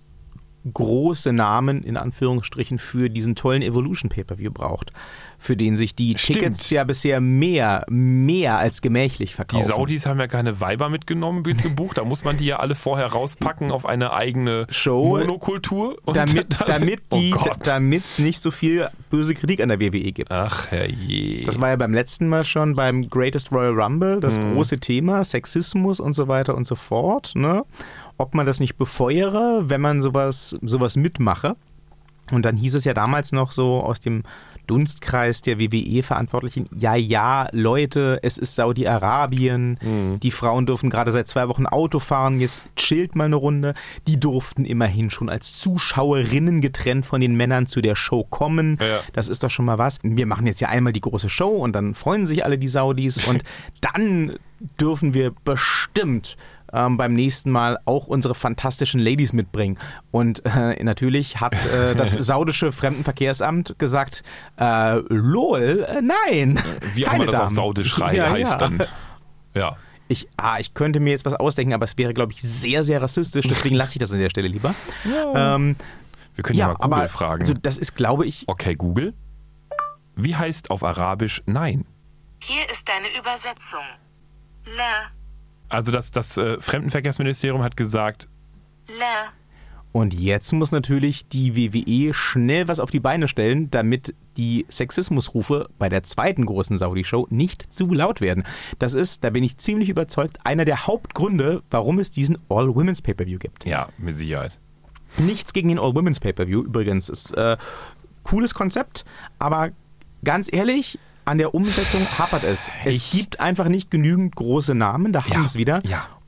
große Namen in Anführungsstrichen für diesen tollen Evolution Pay-Per-View braucht, für den sich die Stimmt. Tickets ja bisher mehr, mehr als gemächlich Die verkaufen. Saudis haben ja keine Weiber mitgenommen, mitgebucht. Da muss man die ja alle vorher rauspacken auf eine eigene Show, Monokultur. Und damit das- damit oh die, Gott. damit es nicht so viel böse Kritik an der W W E gibt. Ach herrje. Das war ja beim letzten Mal schon beim Greatest Royal Rumble das Mhm. große Thema, Sexismus und so weiter und so fort. Ne? Ob man das nicht befeuere, wenn man sowas, sowas mitmache. Und dann hieß es ja damals noch so aus dem Dunstkreis der W W E-Verantwortlichen, ja, ja, Leute, es ist Saudi-Arabien, Mhm. die Frauen dürfen gerade seit zwei Wochen Auto fahren, jetzt chillt mal eine Runde. Die durften immerhin schon als Zuschauerinnen getrennt von den Männern zu der Show kommen. Ja. Das ist doch schon mal was. Wir machen jetzt ja einmal die große Show und dann freuen sich alle die Saudis und dann dürfen wir bestimmt ähm, beim nächsten Mal auch unsere fantastischen Ladies mitbringen. Und äh, natürlich hat äh, das saudische Fremdenverkehrsamt gesagt, äh, lol, äh, nein. Wie auch keine immer das auf Damen. Saudisch rei- Ja, heißt ja. dann. Ja. Ich, ah, ich könnte mir jetzt was ausdenken, aber es wäre, glaube ich, sehr, sehr rassistisch. Deswegen lasse ich das an der Stelle lieber. Ähm, Wir können ja, ja, mal Google aber fragen. also das ist, glaube ich, Okay, Google. Wie heißt auf Arabisch Nein? Hier ist deine Übersetzung. La, Also das, das äh, Fremdenverkehrsministerium hat gesagt, la, und jetzt muss natürlich die W W E schnell was auf die Beine stellen, damit die Sexismusrufe bei der zweiten großen Saudi-Show nicht zu laut werden. Das ist, da bin ich ziemlich überzeugt, einer der Hauptgründe, warum es diesen All-Women's Pay-Per-View gibt. ja, mit Sicherheit. Nichts gegen den All-Women's Pay-Per-View übrigens. Ist äh, cooles Konzept, aber ganz ehrlich, an der Umsetzung hapert es. Es Ich- gibt einfach nicht genügend große Namen, da haben Ja, wir es wieder. ja.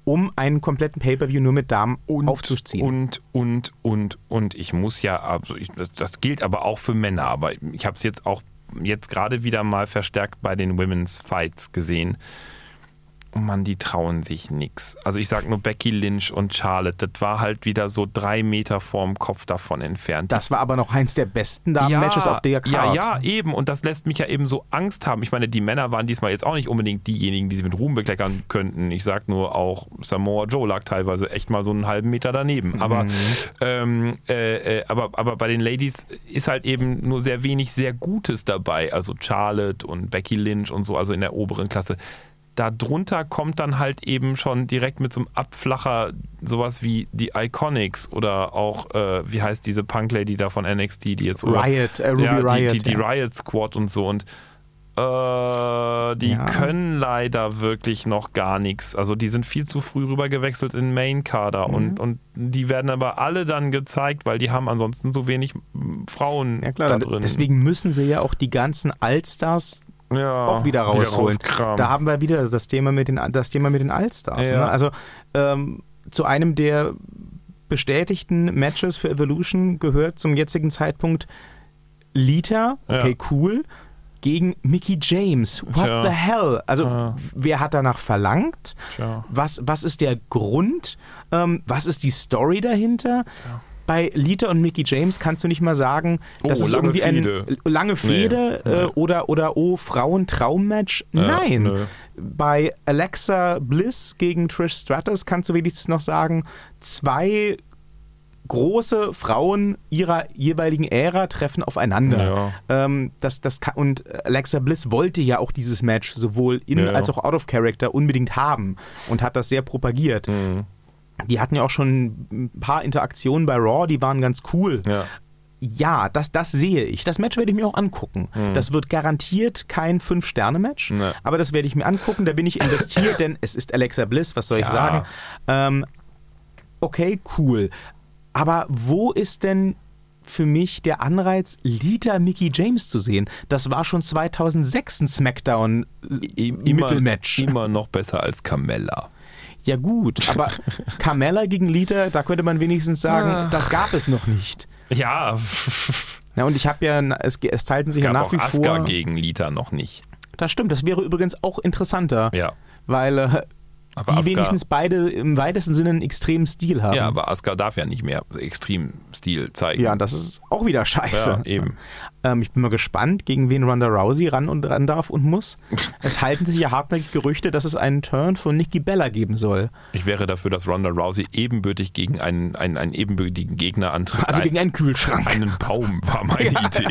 um einen kompletten Pay-Per-View nur mit Damen und, aufzuziehen. Und, und, und, und ich muss ja, also ich, das, das gilt aber auch für Männer, aber ich habe es jetzt auch jetzt gerade wieder mal verstärkt bei den Women's Fights gesehen. Oh Mann, die trauen sich nix. Also ich sag nur Becky Lynch und Charlotte, das war halt wieder so drei Meter vorm Kopf davon entfernt. Das war aber noch eins der besten Damen-Matches ja, auf der Card. Ja, ja, eben. Und das lässt mich ja eben so Angst haben. Ich meine, die Männer waren diesmal jetzt auch nicht unbedingt diejenigen, die sie mit Ruhm bekleckern könnten. Ich sag nur, auch Samoa Joe lag teilweise echt mal so einen halben Meter daneben. Mhm. Aber, ähm, äh, äh, aber, aber bei den Ladies ist halt eben nur sehr wenig sehr Gutes dabei. Also Charlotte und Becky Lynch und so, also in der oberen Klasse. Darunter kommt dann halt eben schon direkt mit so einem Abflacher sowas wie die Iconics oder auch, äh, wie heißt diese Punk-Lady da von N X T, die jetzt... Riot, äh, Ruby ja, Riot. Die, die, die ja. Riot Squad und so und äh, die ja. können leider wirklich noch gar nichts. Also die sind viel zu früh rüber gewechselt in Main-Kader mhm. und, und die werden aber alle dann gezeigt, weil die haben ansonsten so wenig Frauen ja, klar, da drin. Deswegen müssen sie ja auch die ganzen Allstars Ja, auch wieder rausholen. Wieder da haben wir wieder das Thema mit den, das Thema mit den Allstars. Ja. Ne? Also ähm, zu einem der bestätigten Matches für Evolution gehört zum jetzigen Zeitpunkt Lita, okay, ja. cool, gegen Mickie James. What Tja. the hell? Also Ja. wer hat danach verlangt? Tja. Was, was ist der Grund? Ähm, was ist die Story dahinter? Tja. Bei Lita und Mickie James kannst du nicht mal sagen, das oh, ist lange irgendwie Fehde. eine lange Fehde nee. äh, Nee. oder, oder oh, Frauen-Traum-Match. Ja, Nein. nö. Bei Alexa Bliss gegen Trish Stratus kannst du wenigstens noch sagen, zwei große Frauen ihrer jeweiligen Ära treffen aufeinander. Ja. Ähm, das, das kann, und Alexa Bliss wollte ja auch dieses Match sowohl in Ja. als auch out of character unbedingt haben und hat das sehr propagiert. Mhm. Die hatten ja auch schon ein paar Interaktionen bei Raw, die waren ganz cool. Ja. Ja, das, das sehe ich. Das Match werde ich mir auch angucken. Mhm. Das wird garantiert kein Fünf-Sterne-Match, Nee. aber das werde ich mir angucken. Da bin ich investiert, denn es ist Alexa Bliss, was soll ich Ja. sagen? Ähm, okay, cool. Aber wo ist denn für mich der Anreiz, Lita Mickie James zu sehen? Das war schon zweitausendsechs ein Smackdown-Mittelmatch. Immer, immer noch besser als Carmella. Ja gut, aber Carmella gegen Lita, da könnte man wenigstens sagen, Ach. das gab es noch nicht. Ja, Na, und ich habe ja, es, es teilten es sich ja gab nach auch wie Asuka vor... gegen Lita noch nicht. Das stimmt, das wäre übrigens auch interessanter, Ja. weil äh, Aber die Asuka, wenigstens beide im weitesten Sinne einen extremen Stil haben. ja, aber Asuka darf ja nicht mehr extrem Stil zeigen. Ja, das ist auch wieder scheiße. Ja, eben. Ähm, ich bin mal gespannt, gegen wen Ronda Rousey ran und ran darf und muss. Es halten sich ja hartnäckig Gerüchte, dass es einen Turn von Nikki Bella geben soll. Ich wäre dafür, dass Ronda Rousey ebenbürtig gegen einen, einen, einen ebenbürtigen Gegner antritt. Also Ein, gegen einen Kühlschrank. einen Baum war meine Idee.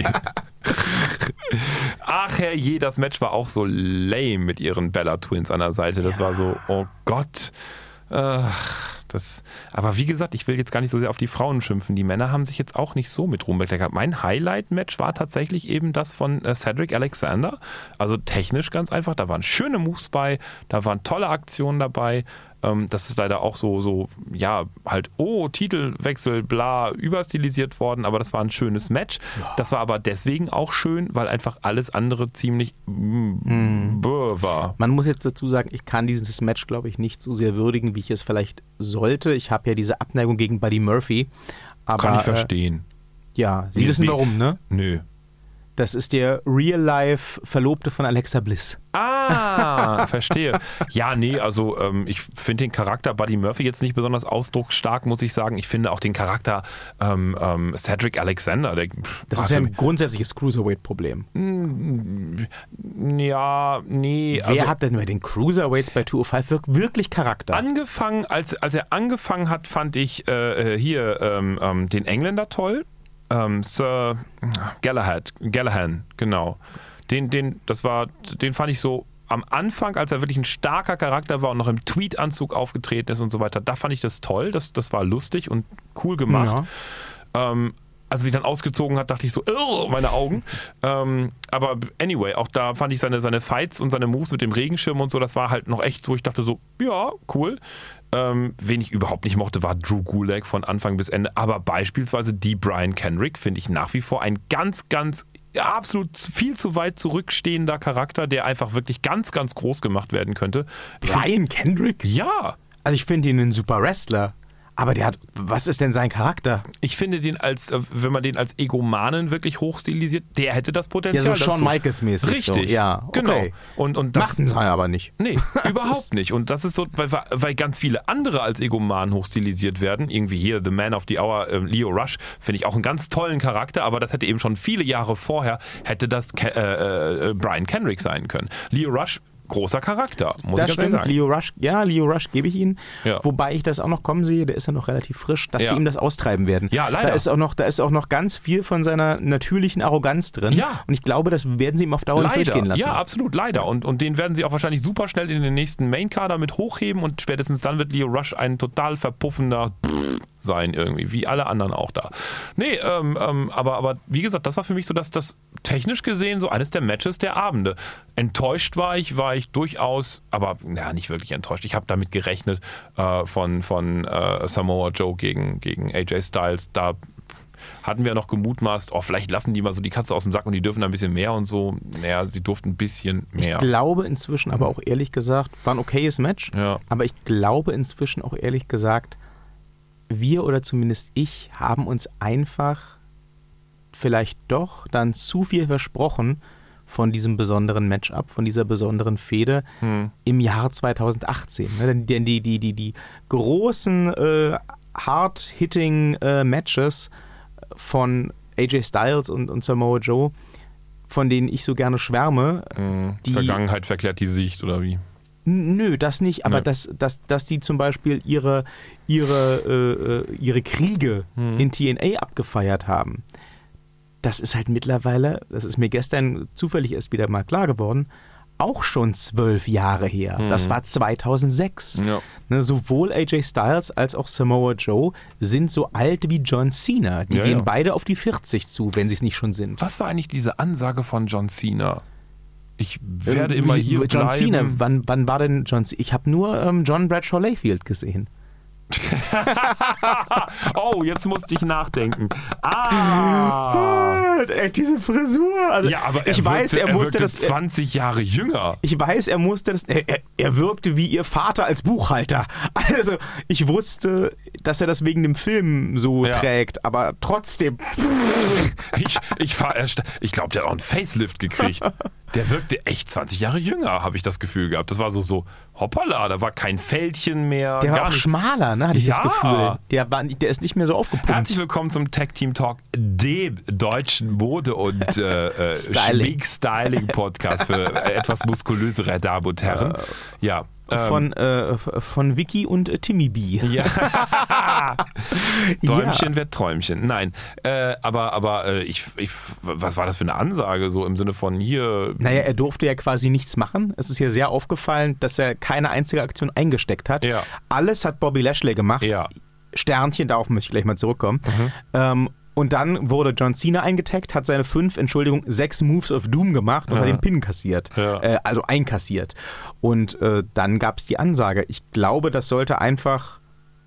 Ach herrje, das Match war auch so lame mit ihren Bella Twins an der Seite. Das Ja. war so, oh Gott. Ach, das, aber wie gesagt, ich will jetzt gar nicht so sehr auf die Frauen schimpfen. Die Männer haben sich jetzt auch nicht so mit Ruhm bekleckert. Mein Highlight-Match war tatsächlich eben das von äh, Cedric Alexander. Also technisch ganz einfach. Da waren schöne Moves bei, da waren tolle Aktionen dabei. Ähm, das ist leider auch so, so, ja, halt, oh, Titelwechsel, bla, überstilisiert worden, aber das war ein schönes Match. Ja. Das war aber deswegen auch schön, weil einfach alles andere ziemlich mm, bäh war. Man muss jetzt dazu sagen, ich kann dieses Match, glaube ich, nicht so sehr würdigen, wie ich es vielleicht sollte. Ich habe ja diese Abneigung gegen Buddy Murphy. Aber, Kann ich äh, verstehen. ja, Sie Nee, wissen nee. warum, ne? Nö. Das ist der Real-Life-Verlobte von Alexa Bliss. Ah, verstehe. Ja, nee, also ähm, ich finde den Charakter Buddy Murphy jetzt nicht besonders ausdrucksstark, muss ich sagen. Ich finde auch den Charakter ähm, ähm, Cedric Alexander, der Das war ist ja für ein grundsätzliches Cruiserweight-Problem. mich- ja, nee. Wer Also hat denn bei den Cruiserweights bei zweihundertfünf wirk- wirklich Charakter? angefangen, als, als er angefangen hat, fand ich äh, hier ähm, ähm, den Engländer toll. Ähm, Sir Galahad, Gallaghan, genau. Den, den, das war, den fand ich so am Anfang, als er wirklich ein starker Charakter war und noch im Tweedanzug aufgetreten ist und so weiter, da fand ich das toll. Das, das war lustig und cool gemacht. Ja. Ähm, als er sich dann ausgezogen hat, dachte ich so, irr, meine Augen. Ähm, aber anyway, auch da fand ich seine, seine Fights und seine Moves mit dem Regenschirm und so, das war halt noch echt, wo ich dachte so, ja, cool. Ähm, wen ich überhaupt nicht mochte, war Drew Gulak von Anfang bis Ende. Aber beispielsweise die Brian Kendrick finde ich nach wie vor ein ganz, ganz, ja, absolut viel zu weit zurückstehender Charakter, der einfach wirklich ganz, ganz groß gemacht werden könnte. Ich find, Brian Kendrick? ja, Also ich finde ihn ein super Wrestler. Aber der hat, was ist denn sein Charakter? Ich finde den als, wenn man den als Egomanen wirklich hochstilisiert, der hätte das Potenzial Ja, so Shawn dazu. Michaels-mäßig. Richtig, so. Ja, okay. genau. Und, und das, Macht ihn aber nicht. Nee, überhaupt nicht. Und das ist so, weil, weil ganz viele andere als Egomanen hochstilisiert werden. Irgendwie hier The Man of the Hour, äh, Lio Rush, finde ich auch einen ganz tollen Charakter, aber das hätte eben schon viele Jahre vorher, hätte das Ke- äh, äh, Brian Kendrick sein können. Lio Rush, großer Charakter, muss Das ich ganz ehrlich stimmt, sagen. Lio Rush, ja, Lio Rush gebe ich Ihnen. Ja. Wobei ich das auch noch kommen sehe, der ist ja noch relativ frisch, dass Ja. sie ihm das austreiben werden. Ja, leider. Da ist, auch noch, da ist auch noch ganz viel von seiner natürlichen Arroganz drin. Ja. Und ich glaube, das werden sie ihm auf Dauer nicht Leider, durchgehen lassen. ja, absolut, leider. Und, und den werden sie auch wahrscheinlich super schnell in den nächsten Main-Kader mit hochheben und spätestens dann wird Lio Rush ein total verpuffender sein irgendwie, wie alle anderen auch da. Nee, ähm, ähm, aber, aber wie gesagt, das war für mich so, dass das technisch gesehen so eines der Matches der Abende. Enttäuscht war ich, war ich durchaus, aber naja, nicht wirklich enttäuscht. Ich habe damit gerechnet äh, von, von äh, Samoa Joe gegen, gegen A J Styles, da hatten wir noch gemutmaßt, oh, vielleicht lassen die mal so die Katze aus dem Sack und die dürfen ein bisschen mehr und so. Naja, die durften ein bisschen mehr. Ich glaube inzwischen aber auch ehrlich gesagt, war ein okayes Match, Ja. aber ich glaube inzwischen auch ehrlich gesagt, wir oder zumindest ich haben uns einfach vielleicht doch dann zu viel versprochen von diesem besonderen Matchup, von dieser besonderen Fehde Hm. im Jahr zweitausendachtzehn. Ne? Denn denn die, die, die, die großen äh, hard-hitting äh, Matches von A J Styles und, und Samoa Joe, von denen ich so gerne schwärme, Mhm. die- Vergangenheit verklärt die Sicht oder wie? N- Nö, das nicht, aber Nö. dass, dass, dass die zum Beispiel ihre, ihre, äh, äh, ihre Kriege Mhm. in T N A abgefeiert haben, das ist halt mittlerweile, das ist mir gestern zufällig erst wieder mal klar geworden, auch schon zwölf Jahre her. Mhm. Das war zweitausendsechs. Ja. Ne, sowohl A J Styles als auch Samoa Joe sind so alt wie John Cena. Die Ja, gehen ja. beide auf die vierzig zu, wenn sie es nicht schon sind. Was war eigentlich diese Ansage von John Cena? Ich werde Ähm, immer wie- hier John bleiben. Cena, wann, wann war denn John Cena? Ich habe nur ähm, John Bradshaw Layfield gesehen. Oh, jetzt musste ich nachdenken. Ah! Ey, diese Frisur. Also, Ja, aber er ich weiß, wirkte, er musste wirkte das. zwanzig Jahre jünger. Ich weiß, er musste das. Er, er, er wirkte wie ihr Vater als Buchhalter. Also, ich wusste, dass er das wegen dem Film so Ja. trägt, aber trotzdem. Ich, ich, war erst- ich glaube, der hat auch einen Facelift gekriegt. Der wirkte echt zwanzig Jahre jünger, habe ich das Gefühl gehabt. Das war so, so hoppala, da war kein Fältchen mehr. Der war gar auch nicht. schmaler, ne? Hatte ich das Ja. Gefühl. Der, war, nicht- der ist nicht mehr so aufgepumpt. Herzlich willkommen zum Tag Team Talk, dem deutschen Mode- und äh, äh, Styling. Schmink-Styling-Podcast für äh, etwas muskulösere Damen und Herren. Ja. ähm, Von, äh, f- von Vicky und äh, Timmy B. Ja. Träumchen wird Träumchen. Nein, äh, aber, aber äh, ich, ich, was war das für eine Ansage? So im Sinne von hier. Naja, er durfte ja quasi nichts machen. Es ist ja sehr aufgefallen, dass er keine einzige Aktion eingesteckt hat. Ja. Alles hat Bobby Lashley gemacht. Ja. Sternchen, darauf möchte ich gleich mal zurückkommen. Mhm. Ähm, und dann wurde John Cena eingetaggt, hat seine fünf, Entschuldigung, sechs Moves of Doom gemacht und Ja. hat den Pin kassiert. Ja. Äh, also einkassiert. Und äh, dann gab es die Ansage. Ich glaube, das sollte einfach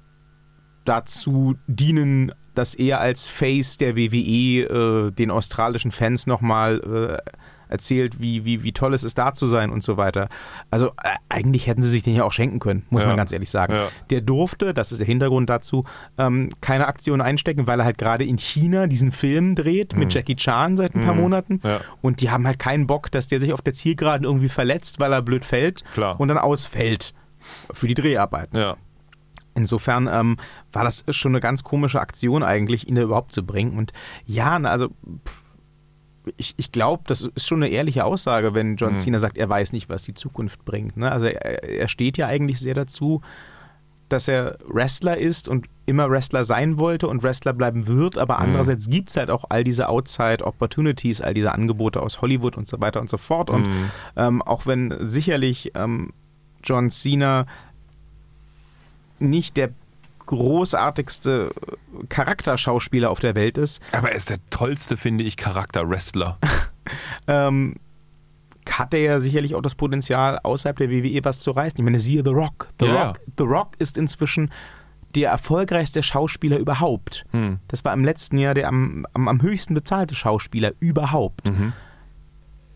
dazu dienen, dass er als Face der W W E äh, den australischen Fans nochmal äh, erzählt, wie, wie, wie toll es ist, da zu sein und so weiter. Also äh, eigentlich hätten sie sich den ja auch schenken können, muss Ja. man ganz ehrlich sagen. Ja. Der durfte, das ist der Hintergrund dazu, ähm, keine Aktion einstecken, weil er halt gerade in China diesen Film dreht mit Jackie Chan seit ein paar Mhm. Monaten. Ja. Und die haben halt keinen Bock, dass der sich auf der Zielgeraden irgendwie verletzt, weil er blöd fällt Klar. und dann ausfällt für die Dreharbeiten. Ja. Insofern ähm, war das schon eine ganz komische Aktion eigentlich, ihn da überhaupt zu bringen. Und ja, na, also pff, ich, ich glaube, das ist schon eine ehrliche Aussage, wenn John Mhm. Cena sagt, er weiß nicht, was die Zukunft bringt. Ne? Also er, er steht ja eigentlich sehr dazu, dass er Wrestler ist und immer Wrestler sein wollte und Wrestler bleiben wird, aber Mhm. andererseits gibt es halt auch all diese Outside-Opportunities, all diese Angebote aus Hollywood und so weiter und so fort. Und Mhm. ähm, auch wenn sicherlich ähm, John Cena nicht der großartigste Charakterschauspieler auf der Welt ist, Aber er ist der tollste, finde ich, Charakter-Wrestler. ähm, hat er ja sicherlich auch das Potenzial, außerhalb der W W E was zu reißen. Ich meine, siehe The Rock. The, Ja, Rock, The Rock ist inzwischen der erfolgreichste Schauspieler überhaupt. Hm. Das war im letzten Jahr der am, am, am höchsten bezahlte Schauspieler überhaupt. Mhm.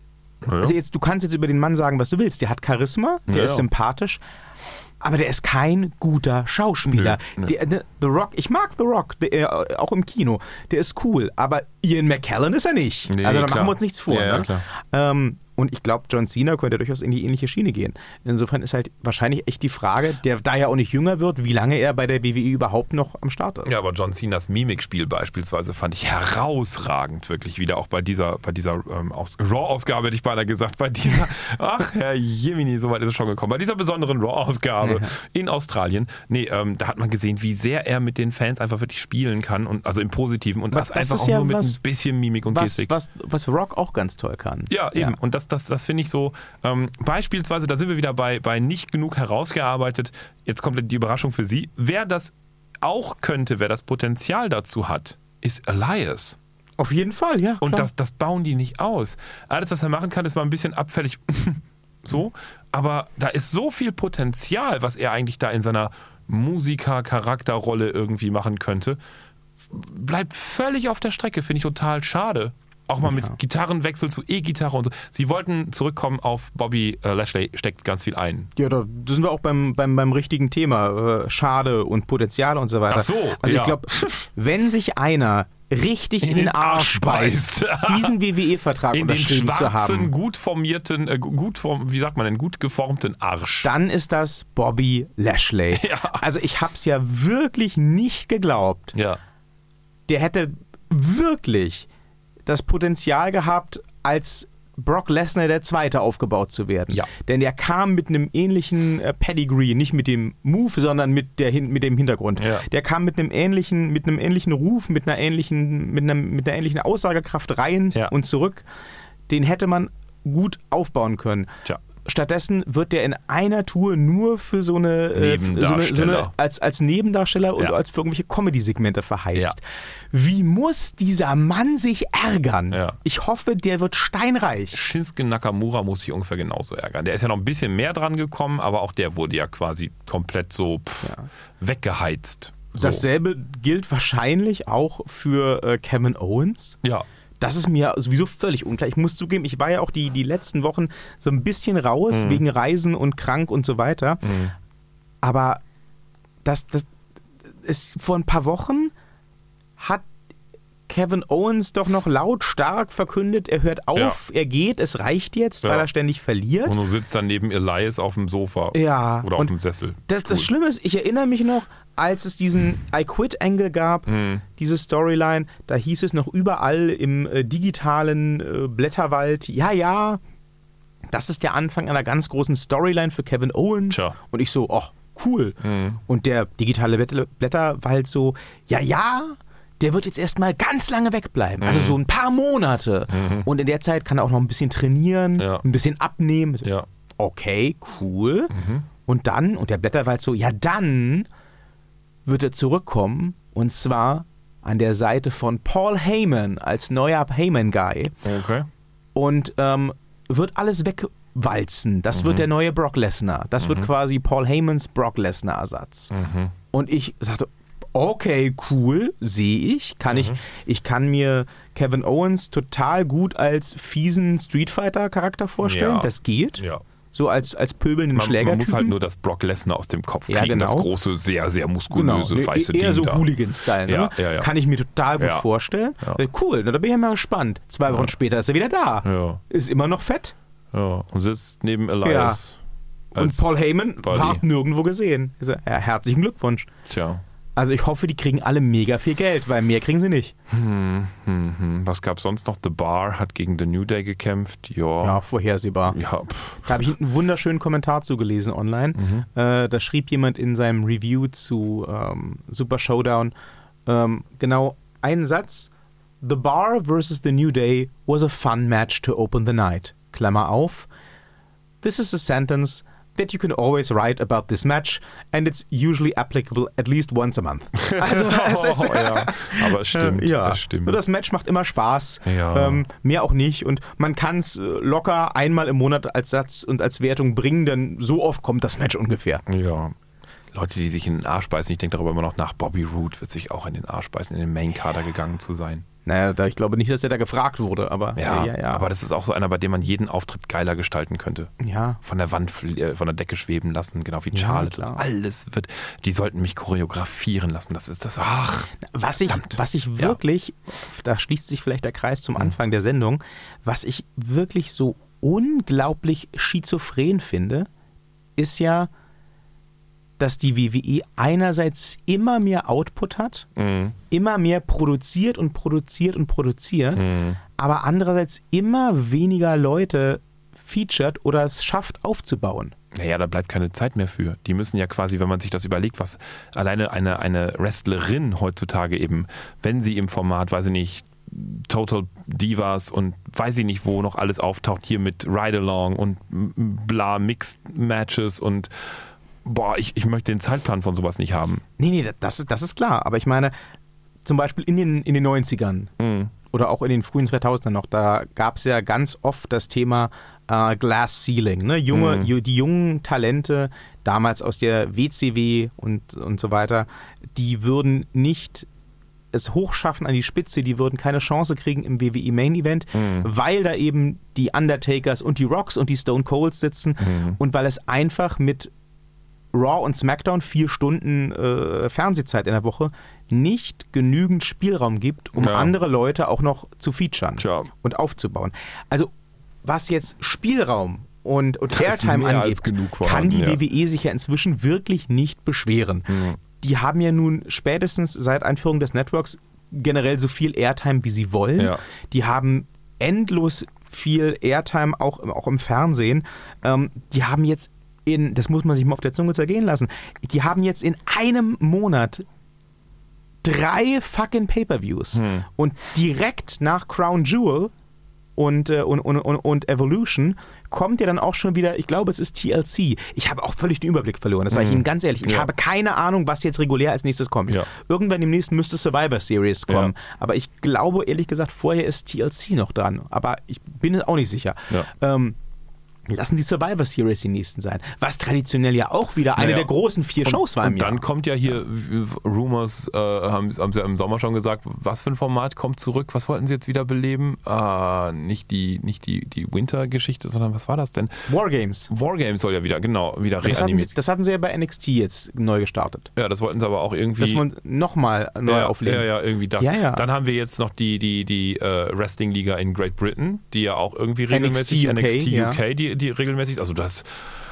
Ja. Also jetzt, du kannst jetzt über den Mann sagen, was du willst. Der hat Charisma, der Ja, ist ja. sympathisch, aber der ist kein guter Schauspieler. Nö, nö. Der, der, The Rock, ich mag The Rock, der, äh, auch im Kino, der ist cool, aber Ian McKellen ist er nicht. Nee, also da klar. machen wir uns nichts vor. Ja, ja, ne? klar. Ähm, und ich glaube, John Cena könnte durchaus in die ähnliche Schiene gehen. Insofern ist halt wahrscheinlich echt die Frage, der da ja auch nicht jünger wird, wie lange er bei der W W E überhaupt noch am Start ist. Ja, aber John Cenas Mimikspiel beispielsweise fand ich herausragend, wirklich wieder auch bei dieser, bei dieser ähm, Aus- Raw-Ausgabe, hätte ich beinahe gesagt, bei dieser, ach Herr Jemini, so weit ist es schon gekommen, bei dieser besonderen Raw-Ausgabe Ja. in Australien, nee, ähm, da hat man gesehen, wie sehr er mit den Fans einfach wirklich spielen kann, und also im Positiven, und Was- das, das einfach ist auch ja nur mit was- ein bisschen Mimik und was, Gestik. was, was Rock auch ganz toll kann. Ja, eben. Und das, das, das finde ich so, ähm, beispielsweise, da sind wir wieder bei, bei nicht genug herausgearbeitet. Jetzt kommt die Überraschung für Sie. Wer das auch könnte, wer das Potenzial dazu hat, ist Elias. Auf jeden Fall, ja. Und klar. das, das bauen die nicht aus. Alles, was er machen kann, ist mal ein bisschen abfällig. So. Aber da ist so viel Potenzial, was er eigentlich da in seiner Musiker-Charakterrolle irgendwie machen könnte. Bleibt völlig auf der Strecke, finde ich total schade. Auch mal Ja. mit Gitarrenwechsel zu E-Gitarre und so. Sie wollten zurückkommen auf Bobby äh, Lashley, steckt ganz viel ein. Ja, da sind wir auch beim, beim, beim richtigen Thema. Äh, Schade und Potenzial und so weiter. Ach so, also ja. ich glaube, wenn sich einer richtig in, den Arsch beißt, diesen W W E-Vertrag In den unterschrieben zu schwarzen, haben, gut formierten, äh, gut form, wie sagt man denn, gut geformten Arsch. dann ist das Bobby Lashley. Ja. Also ich habe es ja wirklich nicht geglaubt. Ja. Der hätte wirklich das Potenzial gehabt, als Brock Lesnar der Zweite aufgebaut zu werden. Ja. Denn der kam mit einem ähnlichen äh, Pedigree, nicht mit dem Move, sondern mit, der, Hin- mit dem Hintergrund. Ja. Der kam mit einem ähnlichen, mit einem ähnlichen Ruf, mit einer ähnlichen, mit einer, mit einer ähnlichen Aussagekraft rein Ja. und zurück. Den hätte man gut aufbauen können. Tja. Stattdessen wird der in einer Tour nur für so eine, äh, so eine, so Nebendarsteller. eine als, als Nebendarsteller und Ja. als für irgendwelche Comedy-Segmente verheizt. Ja. Wie muss dieser Mann sich ärgern? Ja. Ich hoffe, der wird steinreich. Shinsuke Nakamura muss sich ungefähr genauso ärgern. Der ist ja noch ein bisschen mehr dran gekommen, aber auch der wurde ja quasi komplett so pff, Ja. weggeheizt. So. Dasselbe gilt wahrscheinlich auch für äh, Kevin Owens. Ja. Das ist mir sowieso völlig unklar. Ich muss zugeben, ich war ja auch die, die letzten Wochen so ein bisschen raus, Mhm. wegen Reisen und krank und so weiter. Mhm. Aber das, das ist vor ein paar Wochen hat Kevin Owens doch noch lautstark verkündet, er hört auf, er geht, es reicht jetzt, Ja. weil er ständig verliert. Und du sitzt dann neben Elias auf dem Sofa. Ja, Oder auf und dem Sessel. Das, das Cool. Schlimme ist, ich erinnere mich noch, als es diesen I Quit Angle gab, Mhm. diese Storyline, da hieß es noch überall im äh, digitalen äh, Blätterwald, ja, ja, das ist der Anfang einer ganz großen Storyline für Kevin Owens. Tja. Und ich so, ach, cool. Mhm. Und der digitale Blätter- Blätterwald so, ja, ja, der wird jetzt erstmal ganz lange wegbleiben. Also Mhm. so ein paar Monate. Und in der Zeit kann er auch noch ein bisschen trainieren, Ja. ein bisschen abnehmen. Ja. Okay, cool. Und dann, und der Blätterwald so, ja, dann wird er zurückkommen, und zwar an der Seite von Paul Heyman als neuer Heyman-Guy Okay. und ähm, wird alles wegwalzen. Das wird der neue Brock Lesnar. Das wird quasi Paul Heymans Brock Lesnar-Ersatz. Mhm. Und ich sagte, okay, cool, sehe ich. Kann ich. Ich kann mir Kevin Owens total gut als fiesen Street Fighter-Charakter vorstellen. Ja. Das geht. Ja. So als, als pöbelnden Man, Schlägertypen. man muss halt nur das Brock Lesnar aus dem Kopf Ja, kriegen. genau. Das große, sehr, sehr muskulöse, genau. weiße Eher Ding so da. Hooligan-Style. Ne? Ja, ja, ja. Kann ich mir total gut Ja. vorstellen. Ja. Äh, Cool, na, da bin ich ja mal gespannt. Zwei Wochen Ja. später ist er wieder da. Ja. Ist immer noch fett. Ja. Und sitzt neben Elias. Und Als Paul Heyman Buddy. ward nirgendwo gesehen. Ich so, ja, herzlichen Glückwunsch. Tja. Also ich hoffe, die kriegen alle mega viel Geld, weil mehr kriegen sie nicht. Hm, hm, hm. Was gab's sonst noch? The Bar hat gegen The New Day gekämpft. Ja. Ja, vorhersehbar. Ja, pff. Da habe ich einen wunderschönen Kommentar zugelesen online. Mhm. Äh, da schrieb jemand in seinem Review zu ähm, Super Showdown ähm, genau einen Satz. The Bar versus The New Day was a fun match to open the night. Klammer auf. This is a sentence that you can always write about this match and it's usually applicable at least once a month. Also es ist, Oh, ja. Aber es stimmt. ja, Es stimmt. nur das Match macht immer Spaß, Ja. ähm, mehr auch nicht, und man kann es äh, locker einmal im Monat als Satz und als Wertung bringen, denn so oft kommt das Match ungefähr. Ja. Leute, die sich in den Arsch beißen, ich denke darüber immer noch nach, Bobby Roode wird sich auch in den Arsch beißen, in den Main-Kader gegangen zu sein. Naja, da, ich glaube nicht, dass er da gefragt wurde, aber Ja, ja, ja, ja. aber das ist auch so einer, bei dem man jeden Auftritt geiler gestalten könnte. ja. Von der Wand, fl- äh, von der Decke schweben lassen, genau wie Ja, Charlotte. klar. Alles wird, die sollten mich choreografieren lassen. Das ist das, ach. Was ich, Verdammt. was ich Ja. wirklich, da schließt sich vielleicht der Kreis zum Anfang der Sendung, was ich wirklich so unglaublich schizophren finde, ist ja, dass die W W E einerseits immer mehr Output hat, Mhm. immer mehr produziert und produziert und produziert, Mhm. aber andererseits immer weniger Leute featured oder es schafft aufzubauen. Naja, da bleibt keine Zeit mehr für. Die müssen ja quasi, wenn man sich das überlegt, was alleine eine, eine Wrestlerin heutzutage eben, wenn sie im Format, weiß ich nicht, Total Divas und weiß ich nicht, wo noch alles auftaucht, hier mit Ride-Along und bla, Mixed Matches und boah, ich, ich möchte den Zeitplan von sowas nicht haben. Nee, nee, das ist, das ist klar. Aber ich meine, zum Beispiel in den, in den neunzigern Mhm. oder auch in den frühen zweitausendern noch, da gab es ja ganz oft das Thema äh, Glass Ceiling. Ne? Junge, Mhm. ju- die jungen Talente, damals aus der W C W und, und so weiter, die würden nicht es hochschaffen an die Spitze, die würden keine Chance kriegen im W W E Main Event, Mhm. weil da eben die Undertakers und die Rocks und die Stone Colds sitzen Mhm. und weil es einfach mit Raw und SmackDown vier Stunden äh, Fernsehzeit in der Woche nicht genügend Spielraum gibt, um Ja. andere Leute auch noch zu featuren Tja. und aufzubauen. Also was jetzt Spielraum und, und Da ist Airtime mehr als angeht, genug kann vorhanden, die ja. W W E sich ja inzwischen wirklich nicht beschweren. Mhm. Die haben ja nun spätestens seit Einführung des Networks generell so viel Airtime, wie sie wollen. Ja. Die haben endlos viel Airtime, auch, auch im Fernsehen. Ähm, die haben jetzt in, das muss man sich mal auf der Zunge zergehen lassen, die haben jetzt in einem Monat drei fucking Pay-Per-Views. Hm. Und direkt nach Crown Jewel und, äh, und, und, und, und Evolution kommt ja dann auch schon wieder, ich glaube, es ist T L C. Ich habe auch völlig den Überblick verloren, das sage ich Mhm. Ihnen ganz ehrlich. Ich Ja. habe keine Ahnung, was jetzt regulär als nächstes kommt. Ja. Irgendwann demnächst müsste Survivor Series kommen. Ja. Aber ich glaube, ehrlich gesagt, vorher ist T L C noch dran. Aber ich bin auch nicht sicher. Ja. Ähm, lassen die Survivor Series die nächsten sein. Was traditionell ja auch wieder eine Naja. der großen vier Shows war im Und Jahr. dann kommt ja hier, w- Rumors, äh, haben, haben sie ja im Sommer schon gesagt, was für ein Format kommt zurück? Was wollten sie jetzt wieder beleben? Äh, nicht die, nicht die, die Winter-Geschichte, sondern was war das denn? Wargames. Wargames soll ja wieder, genau, wieder Das hatten, sie, reanimiert. das hatten sie ja bei N X T jetzt neu gestartet. Ja, das wollten sie aber auch irgendwie. Dass man nochmal neu ja, auflegen. ja, ja, irgendwie das. Ja, ja. Dann haben wir jetzt noch die, die, die äh, Wrestling-Liga in Great Britain, die ja auch irgendwie regelmäßig, N X T U K, N X T U K, die, die regelmäßig, also das,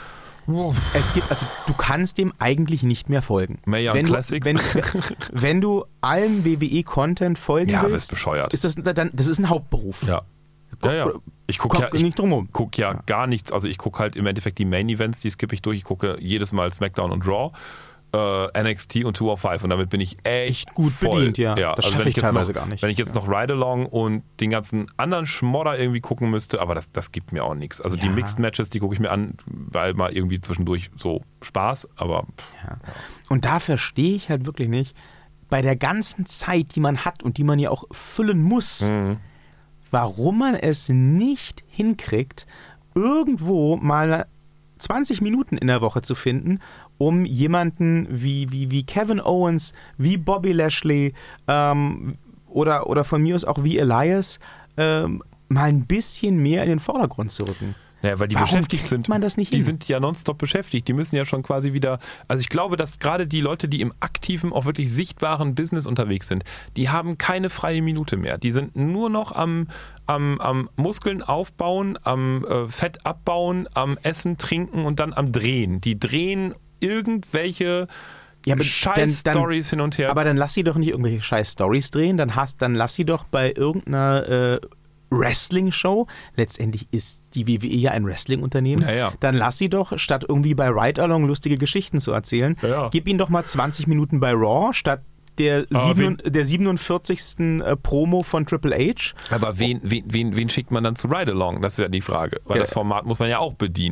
Es gibt, also du kannst dem eigentlich nicht mehr folgen. Mae Young wenn du, Classics. wenn, wenn du allen W W E-Content folgen ja, willst, wirst bescheuert. ist das dann, das ist ein Hauptberuf. Ja. Ja, ja. Ich gucke ja, Kommt ich nicht drum rum. guck ja gar nichts. Also ich gucke halt im Endeffekt die Main-Events, die skippe ich durch. Ich gucke jedes Mal SmackDown und Raw, äh, N X T und zweihundertfünf und damit bin ich echt Gut voll. bedient, ja. Das also schaffe wenn ich jetzt teilweise noch, gar nicht. Wenn ich jetzt noch Ride-Along und den ganzen anderen Schmodder irgendwie gucken müsste, aber das, das gibt mir auch nichts. Also die Ja. Mixed-Matches, die gucke ich mir an, weil mal irgendwie zwischendurch so Spaß, aber pff, Ja. Und da verstehe ich halt wirklich nicht, bei der ganzen Zeit, die man hat und die man ja auch füllen muss, Mhm. warum man es nicht hinkriegt, irgendwo mal zwanzig Minuten in der Woche zu finden, um jemanden wie, wie, wie Kevin Owens, wie Bobby Lashley ähm, oder, oder von mir aus auch wie Elias ähm, mal ein bisschen mehr in den Vordergrund zu rücken. Ja, weil die Warum beschäftigt kriegt sind. man das nicht die hin? sind ja nonstop beschäftigt. Die müssen ja schon quasi wieder. Also ich glaube, dass gerade die Leute, die im aktiven, auch wirklich sichtbaren Business unterwegs sind, die haben keine freie Minute mehr. Die sind nur noch am, am, am Muskeln aufbauen, am äh, Fett abbauen, am Essen, Trinken und dann am Drehen. Die drehen irgendwelche Ja, aber scheiß dann- dann- Stories hin und her. Aber dann lass sie doch nicht irgendwelche scheiß Stories drehen, dann, hast, dann lass sie doch bei irgendeiner äh, Wrestling-Show, letztendlich ist die W W E ja ein Wrestling-Unternehmen, Ja, ja. dann lass sie doch, statt irgendwie bei Ride-Along lustige Geschichten zu erzählen, Ja, ja. gib ihnen doch mal zwanzig Minuten bei Raw, statt der, Aber sieben, der siebenundvierzigsten Äh, Promo von Triple H. Aber wen, wen, wen, wen schickt man dann zu Ride Along? Das ist ja die Frage. Weil Ja. das Format muss man ja auch bedienen.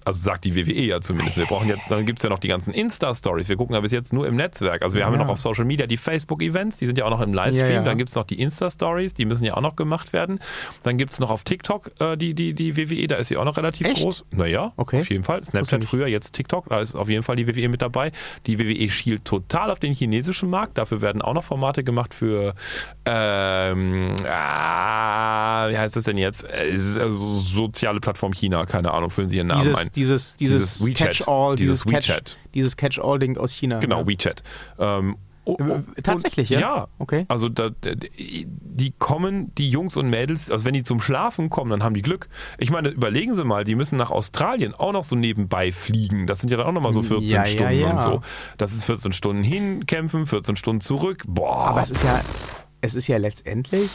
Also sagt die W W E ja zumindest. Wir brauchen ja, dann gibt es ja noch die ganzen Insta-Stories. Wir gucken ja bis jetzt nur im Netzwerk. Also wir ja. haben ja noch auf Social Media die Facebook-Events, die sind ja auch noch im Livestream. Ja, ja. Dann gibt es noch die Insta-Stories, die müssen ja auch noch gemacht werden. Dann gibt es noch auf TikTok äh, die, die, die W W E, da ist sie auch noch relativ Echt? groß. Naja, okay. auf jeden Fall. Snapchat früher, jetzt TikTok, da ist auf jeden Fall die W W E mit dabei. Die W W E schielt total auf den chinesischen Markt. Dafür werden auch noch Formate gemacht für, ähm, ah, wie heißt das denn jetzt? Also soziale Plattform China, keine Ahnung, füllen Sie Ihren Namen dieses, ein. Dieses, dieses, dieses Catch-all, dieses, dieses Catch, WeChat. dieses Catch-all-Ding aus China. Genau, ja. WeChat. Ähm, oh, oh, Tatsächlich, und, ja? Ja. Okay. Also da, die kommen, die Jungs und Mädels, also wenn die zum Schlafen kommen, dann haben die Glück. Ich meine, überlegen Sie mal, die müssen nach Australien auch noch so nebenbei fliegen. Das sind ja dann auch nochmal so vierzehn ja, Stunden ja, ja. und so. Das ist vierzehn Stunden hinkämpfen, vierzehn Stunden zurück. Boah. Aber es ist ja, es ist ja letztendlich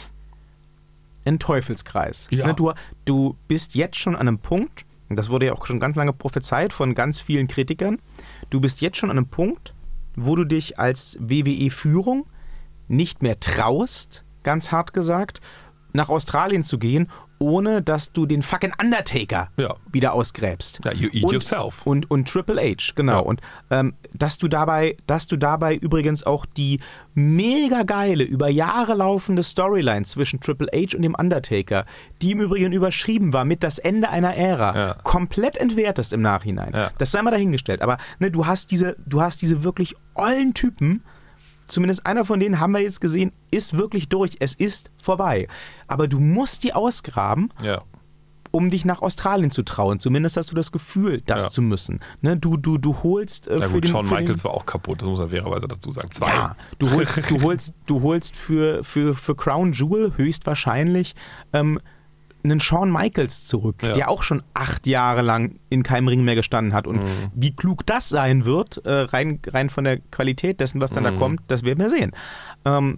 ein Teufelskreis. Ja. Ne, Du, du bist jetzt schon an einem Punkt, und das wurde ja auch schon ganz lange prophezeit von ganz vielen Kritikern, du bist jetzt schon an einem Punkt, wo du dich als W W E-Führung nicht mehr traust, ganz hart gesagt, nach Australien zu gehen, ohne dass du den fucking Undertaker Ja. wieder ausgräbst. Ja, you eat und, yourself. Und, und Triple H, genau. Ja. Und ähm, dass du dabei, dass du dabei übrigens auch die mega geile, über Jahre laufende Storyline zwischen Triple H und dem Undertaker, die im Übrigen überschrieben war mit das Ende einer Ära, Ja. komplett entwertest im Nachhinein. Ja. Das sei mal dahingestellt. Aber ne, du hast diese, du hast diese wirklich ollen Typen. Zumindest einer von denen haben wir jetzt gesehen, ist wirklich durch. Es ist vorbei. Aber du musst die ausgraben, Ja. um dich nach Australien zu trauen. Zumindest hast du das Gefühl, das Ja. zu müssen. Ne? Du, du, du holst äh, Na für gut, den... Shawn für Michaels den, war auch kaputt, das muss man fairerweise dazu sagen. Zwei. ja, du holst, du holst, du holst für, für, für Crown Jewel höchstwahrscheinlich ähm, einen Shawn Michaels zurück, Ja. der auch schon acht Jahre lang in keinem Ring mehr gestanden hat. Und Mhm. wie klug das sein wird, äh, rein, rein von der Qualität dessen, was dann da Mhm. kommt, das werden wir sehen. Ähm,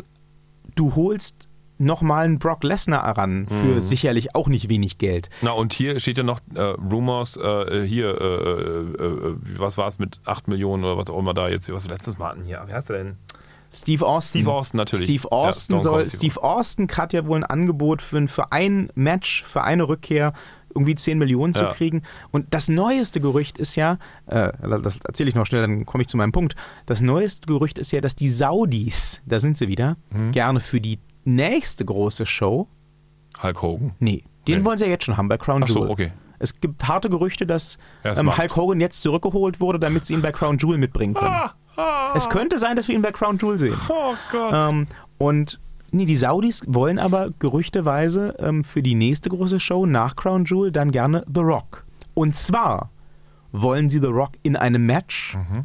du holst nochmal einen Brock Lesnar heran für Mhm. sicherlich auch nicht wenig Geld. Na und hier steht ja noch äh, Rumors, äh, hier, äh, äh, äh, was war es mit acht Millionen oder was auch immer da jetzt, was wir letztes Mal hatten hier, wie heißt der denn? Steve Austin. Steve Austin natürlich. Steve Austin Ja, Stone soll, Cold Steve Austin hat ja wohl ein Angebot für, ein- für ein Match, für eine Rückkehr irgendwie zehn Millionen zu Ja. kriegen. Und das neueste Gerücht ist ja, äh, das erzähle ich noch schnell, dann komme ich zu meinem Punkt. Das neueste Gerücht ist ja, dass die Saudis, da sind sie wieder, Mhm. gerne für die nächste große Show, Hulk Hogan. nee, den Nee. wollen sie ja jetzt schon haben bei Crown Ach so, Jewel. okay. Es gibt harte Gerüchte, dass Er es ähm, macht. Hulk Hogan jetzt zurückgeholt wurde, damit sie ihn bei Crown Jewel mitbringen können. Ah, ah, Es könnte sein, dass wir ihn bei Crown Jewel sehen. oh Gott. Ähm, und nee, die Saudis wollen aber gerüchteweise ähm, für die nächste große Show nach Crown Jewel dann gerne The Rock. Und zwar wollen sie The Rock in einem Match Mhm.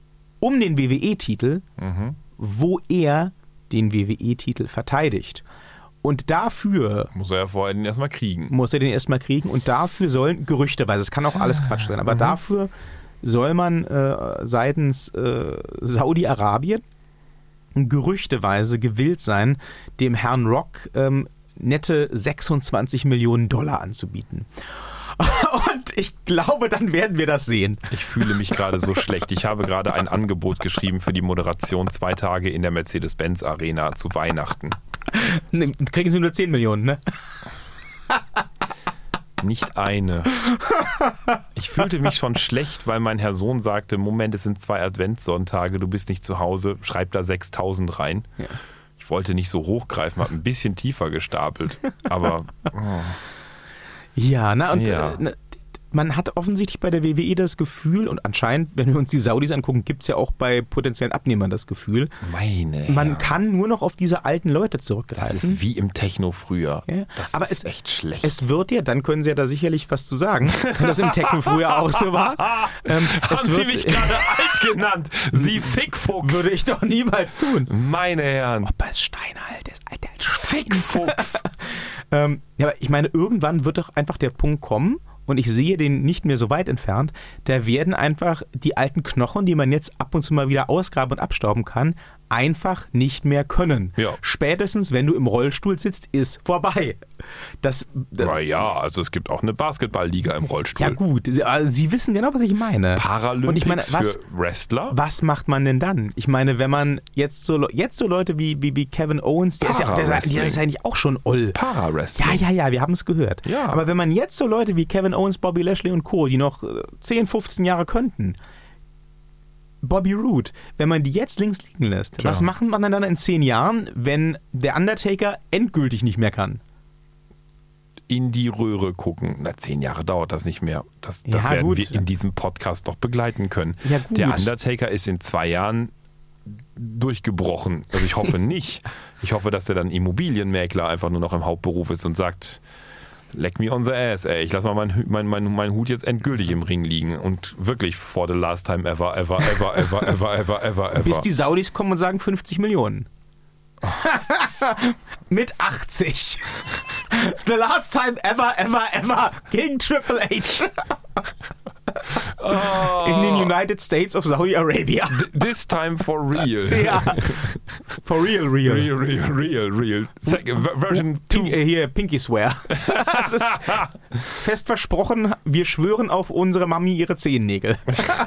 um den W W E-Titel, Mhm. wo er den W W E-Titel verteidigt. Und dafür Muss er ja vorher den erstmal kriegen. muss er den erstmal kriegen und dafür sollen, gerüchteweise, es kann auch alles Quatsch sein, aber Mhm. dafür soll man äh, seitens äh, Saudi-Arabien gerüchteweise gewillt sein, dem Herrn Rock ähm, nette sechsundzwanzig Millionen Dollar anzubieten. Und ich glaube, dann werden wir das sehen. Ich fühle mich gerade so schlecht. Ich habe gerade ein Angebot geschrieben für die Moderation zwei Tage in der Mercedes-Benz Arena zu Weihnachten. Ne, kriegen sie nur zehn Millionen, ne? Nicht eine. Ich fühlte mich schon schlecht, weil mein Herr Sohn sagte, Moment, es sind zwei Adventssonntage, du bist nicht zu Hause, schreib da sechstausend rein. Ja. Ich wollte nicht so hochgreifen, habe ein bisschen tiefer gestapelt, aber oh. Ja, na und Ja. Äh, ne, man hat offensichtlich bei der W W E das Gefühl, und anscheinend, wenn wir uns die Saudis angucken, gibt es ja auch bei potenziellen Abnehmern das Gefühl, meine man Herren. kann nur noch auf diese alten Leute zurückgreifen. Das ist wie im Techno früher. Ja. Das Aber ist es, echt schlecht. Es wird ja, dann können Sie ja da sicherlich was zu sagen, wenn das im Techno früher auch so war. Ähm, Haben es Sie wird, mich gerade alt genannt? Sie Fickfuchs. würde ich doch niemals tun. Meine Herren. Opa ist steinalt, der ist alt, der alte Schwein. Fickfuchs. Ähm, ja, aber ich meine, irgendwann wird doch einfach der Punkt kommen, und ich sehe den nicht mehr so weit entfernt, da werden einfach die alten Knochen, die man jetzt ab und zu mal wieder ausgraben und abstauben kann, einfach nicht mehr können. Ja. Spätestens, wenn du im Rollstuhl sitzt, ist vorbei. Das, das, Naja, also es gibt auch eine Basketballliga im Rollstuhl. ja gut, Sie, also Sie wissen genau, was ich meine. Paralympics Und ich meine, was, für Wrestler. was macht man denn dann? Ich meine, wenn man jetzt so, jetzt so Leute wie, wie, wie Kevin Owens, der ist, ja, der, ist, der ist ja eigentlich auch schon oll. Para-Wrestling. Ja, ja, ja, wir haben es gehört. Ja. Aber wenn man jetzt so Leute wie Kevin Owens, Bobby Lashley und Co., die noch zehn, fünfzehn Jahre könnten, Bobby Roode, wenn man die jetzt links liegen lässt, Tja. was macht man dann in zehn Jahren, wenn der Undertaker endgültig nicht mehr kann? In die Röhre gucken. Na, zehn Jahre dauert das nicht mehr. Das, das Ja, werden gut. wir in diesem Podcast doch begleiten können. Ja, gut. Der Undertaker ist in zwei Jahren durchgebrochen. Also ich hoffe nicht. Ich hoffe, dass er dann Immobilienmakler einfach nur noch im Hauptberuf ist und sagt, leck me on the ass, ey. Ich lass mal meinen mein, mein, mein Hut jetzt endgültig im Ring liegen und wirklich for the last time ever, ever, ever, ever, ever, ever, ever, ever. Bis die Saudis kommen und sagen fünfzig Millionen. Mit achtzig. The last time ever, ever, ever gegen Triple H. Oh. In den United States of Saudi Arabia. This time for real. Ja. For real, real. Real, real, real, real. Second, Version Pink, two. äh, hier, Pinky Swear. Das ist fest versprochen, wir schwören auf unsere Mami ihre Zehennägel.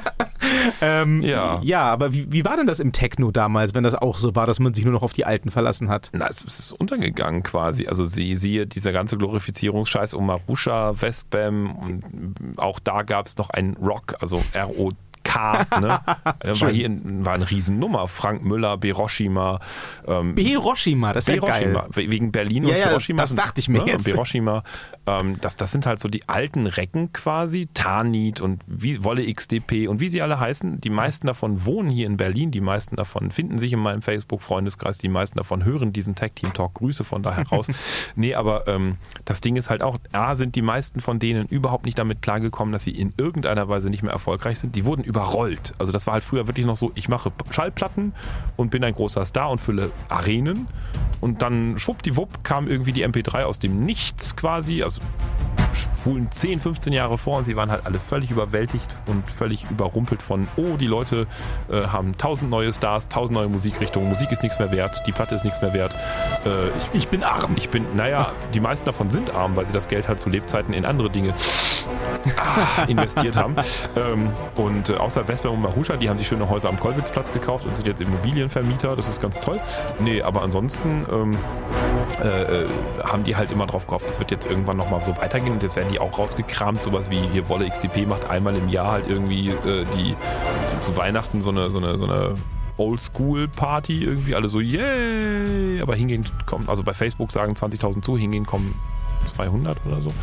ähm, Ja. Ja, aber wie, wie war denn das im Techno damals, wenn das auch so war, dass man sich nur noch auf die Alten verlassen hat? Na, es ist untergegangen quasi. Also sie, siehe dieser ganze Glorifizierungsscheiß um Marusha, Westbam und auch da gab es noch einen Rock, also R O K, ne? war hier ein, war eine Riesennummer. Frank Müller, Hiroshima. Ähm, Hiroshima, das ist ja geil. Hiroshima, wegen Berlin Ja, und ja, Hiroshima. das dachte ich mir ne? jetzt. Hiroshima, ähm, das, das sind halt so die alten Recken quasi, Tanit und wie, Wolle X D P und wie sie alle heißen. Die meisten davon wohnen hier in Berlin, die meisten davon finden sich in meinem Facebook-Freundeskreis, die meisten davon hören diesen Tag-Team-Talk. Grüße von daher raus. Nee, aber ähm, das Ding ist halt auch, A, sind die meisten von denen überhaupt nicht damit klargekommen, dass sie in irgendeiner Weise nicht mehr erfolgreich sind. Die wurden überrollt. Also das war halt früher wirklich noch so, ich mache Schallplatten und bin ein großer Star und fülle Arenen und dann schwuppdiwupp kam irgendwie die M P drei aus dem Nichts quasi, also spulen zehn, fünfzehn Jahre vor und sie waren halt alle völlig überwältigt und völlig überrumpelt von, oh, die Leute äh, haben tausend neue Stars, tausend neue Musikrichtungen, Musik ist nichts mehr wert, die Platte ist nichts mehr wert. Äh, ich, Ich bin arm. ich bin, naja, die meisten davon sind arm, weil sie das Geld halt zu Lebzeiten in andere Dinge ah, investiert haben. Ähm, und äh, außer Vesper und Marusha, die haben sich schöne Häuser am Kollwitzplatz gekauft und sind jetzt Immobilienvermieter, das ist ganz toll. Nee, aber ansonsten ähm, äh, haben die halt immer drauf gehofft, es wird jetzt irgendwann nochmal so weitergehen und jetzt werden die auch rausgekramt, sowas wie hier Wolle X D P macht einmal im Jahr halt irgendwie äh, die zu, zu Weihnachten so eine, so eine, so eine Oldschool-Party irgendwie, alle so, yay, aber hingehen kommen, also bei Facebook sagen zwanzigtausend zu, hingehen kommen zweihundert oder so.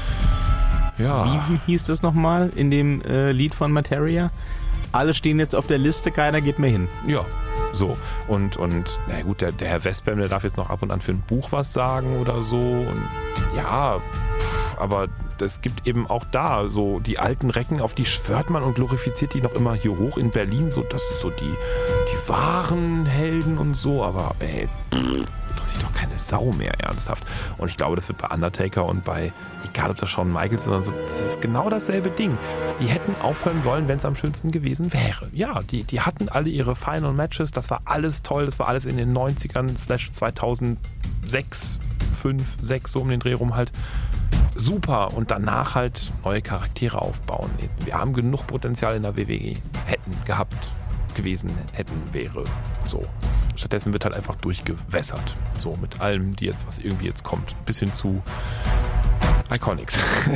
Ja. Wie, wie hieß das nochmal in dem äh, Lied von Materia? Alle stehen jetzt auf der Liste, keiner geht mehr hin. Ja, so. Und, und na gut, der, der Herr Westbam, der darf jetzt noch ab und an für ein Buch was sagen oder so. Und ja, pff, aber es gibt eben auch da so die alten Recken, auf die schwört man und glorifiziert die noch immer hier hoch in Berlin. So, das ist so die, die wahren Helden und so. Aber ey, pff, interessiert doch keine Sau mehr ernsthaft. Und ich glaube, das wird bei Undertaker und bei, egal ob das Shawn Michaels, sondern so, das ist genau dasselbe Ding. Die hätten aufhören sollen, wenn es am schönsten gewesen wäre. Ja, die, die hatten alle ihre Final Matches, das war alles toll, das war alles in den neunzigern slash zweitausendsechs, fünf, sechs, so um den Dreh rum halt. Super. Und danach halt neue Charaktere aufbauen. Wir haben genug Potenzial in der W W E. Hätten gehabt, gewesen, hätten, wäre. So. Stattdessen wird halt einfach durchgewässert. So, mit allem, die jetzt, was irgendwie jetzt kommt. Bis hin zu Iconics.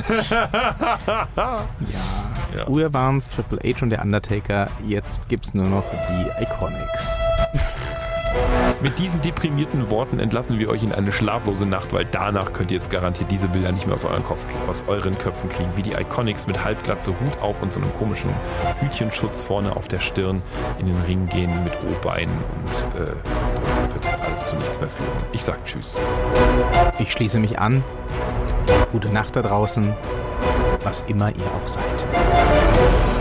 Ja. Ja. Früher waren es Triple H und der Undertaker, jetzt gibt's nur noch die Iconics. Mit diesen deprimierten Worten entlassen wir euch in eine schlaflose Nacht, weil danach könnt ihr jetzt garantiert diese Bilder nicht mehr aus euren, Kopf, aus euren Köpfen kriegen, wie die Iconics mit Halbglatze, Hut auf und so einem komischen Hütchenschutz vorne auf der Stirn in den Ring gehen mit O-Beinen und äh, das wird jetzt alles zu nichts mehr führen. Ich sag Tschüss. Ich schließe mich an. Gute Nacht da draußen, was immer ihr auch seid.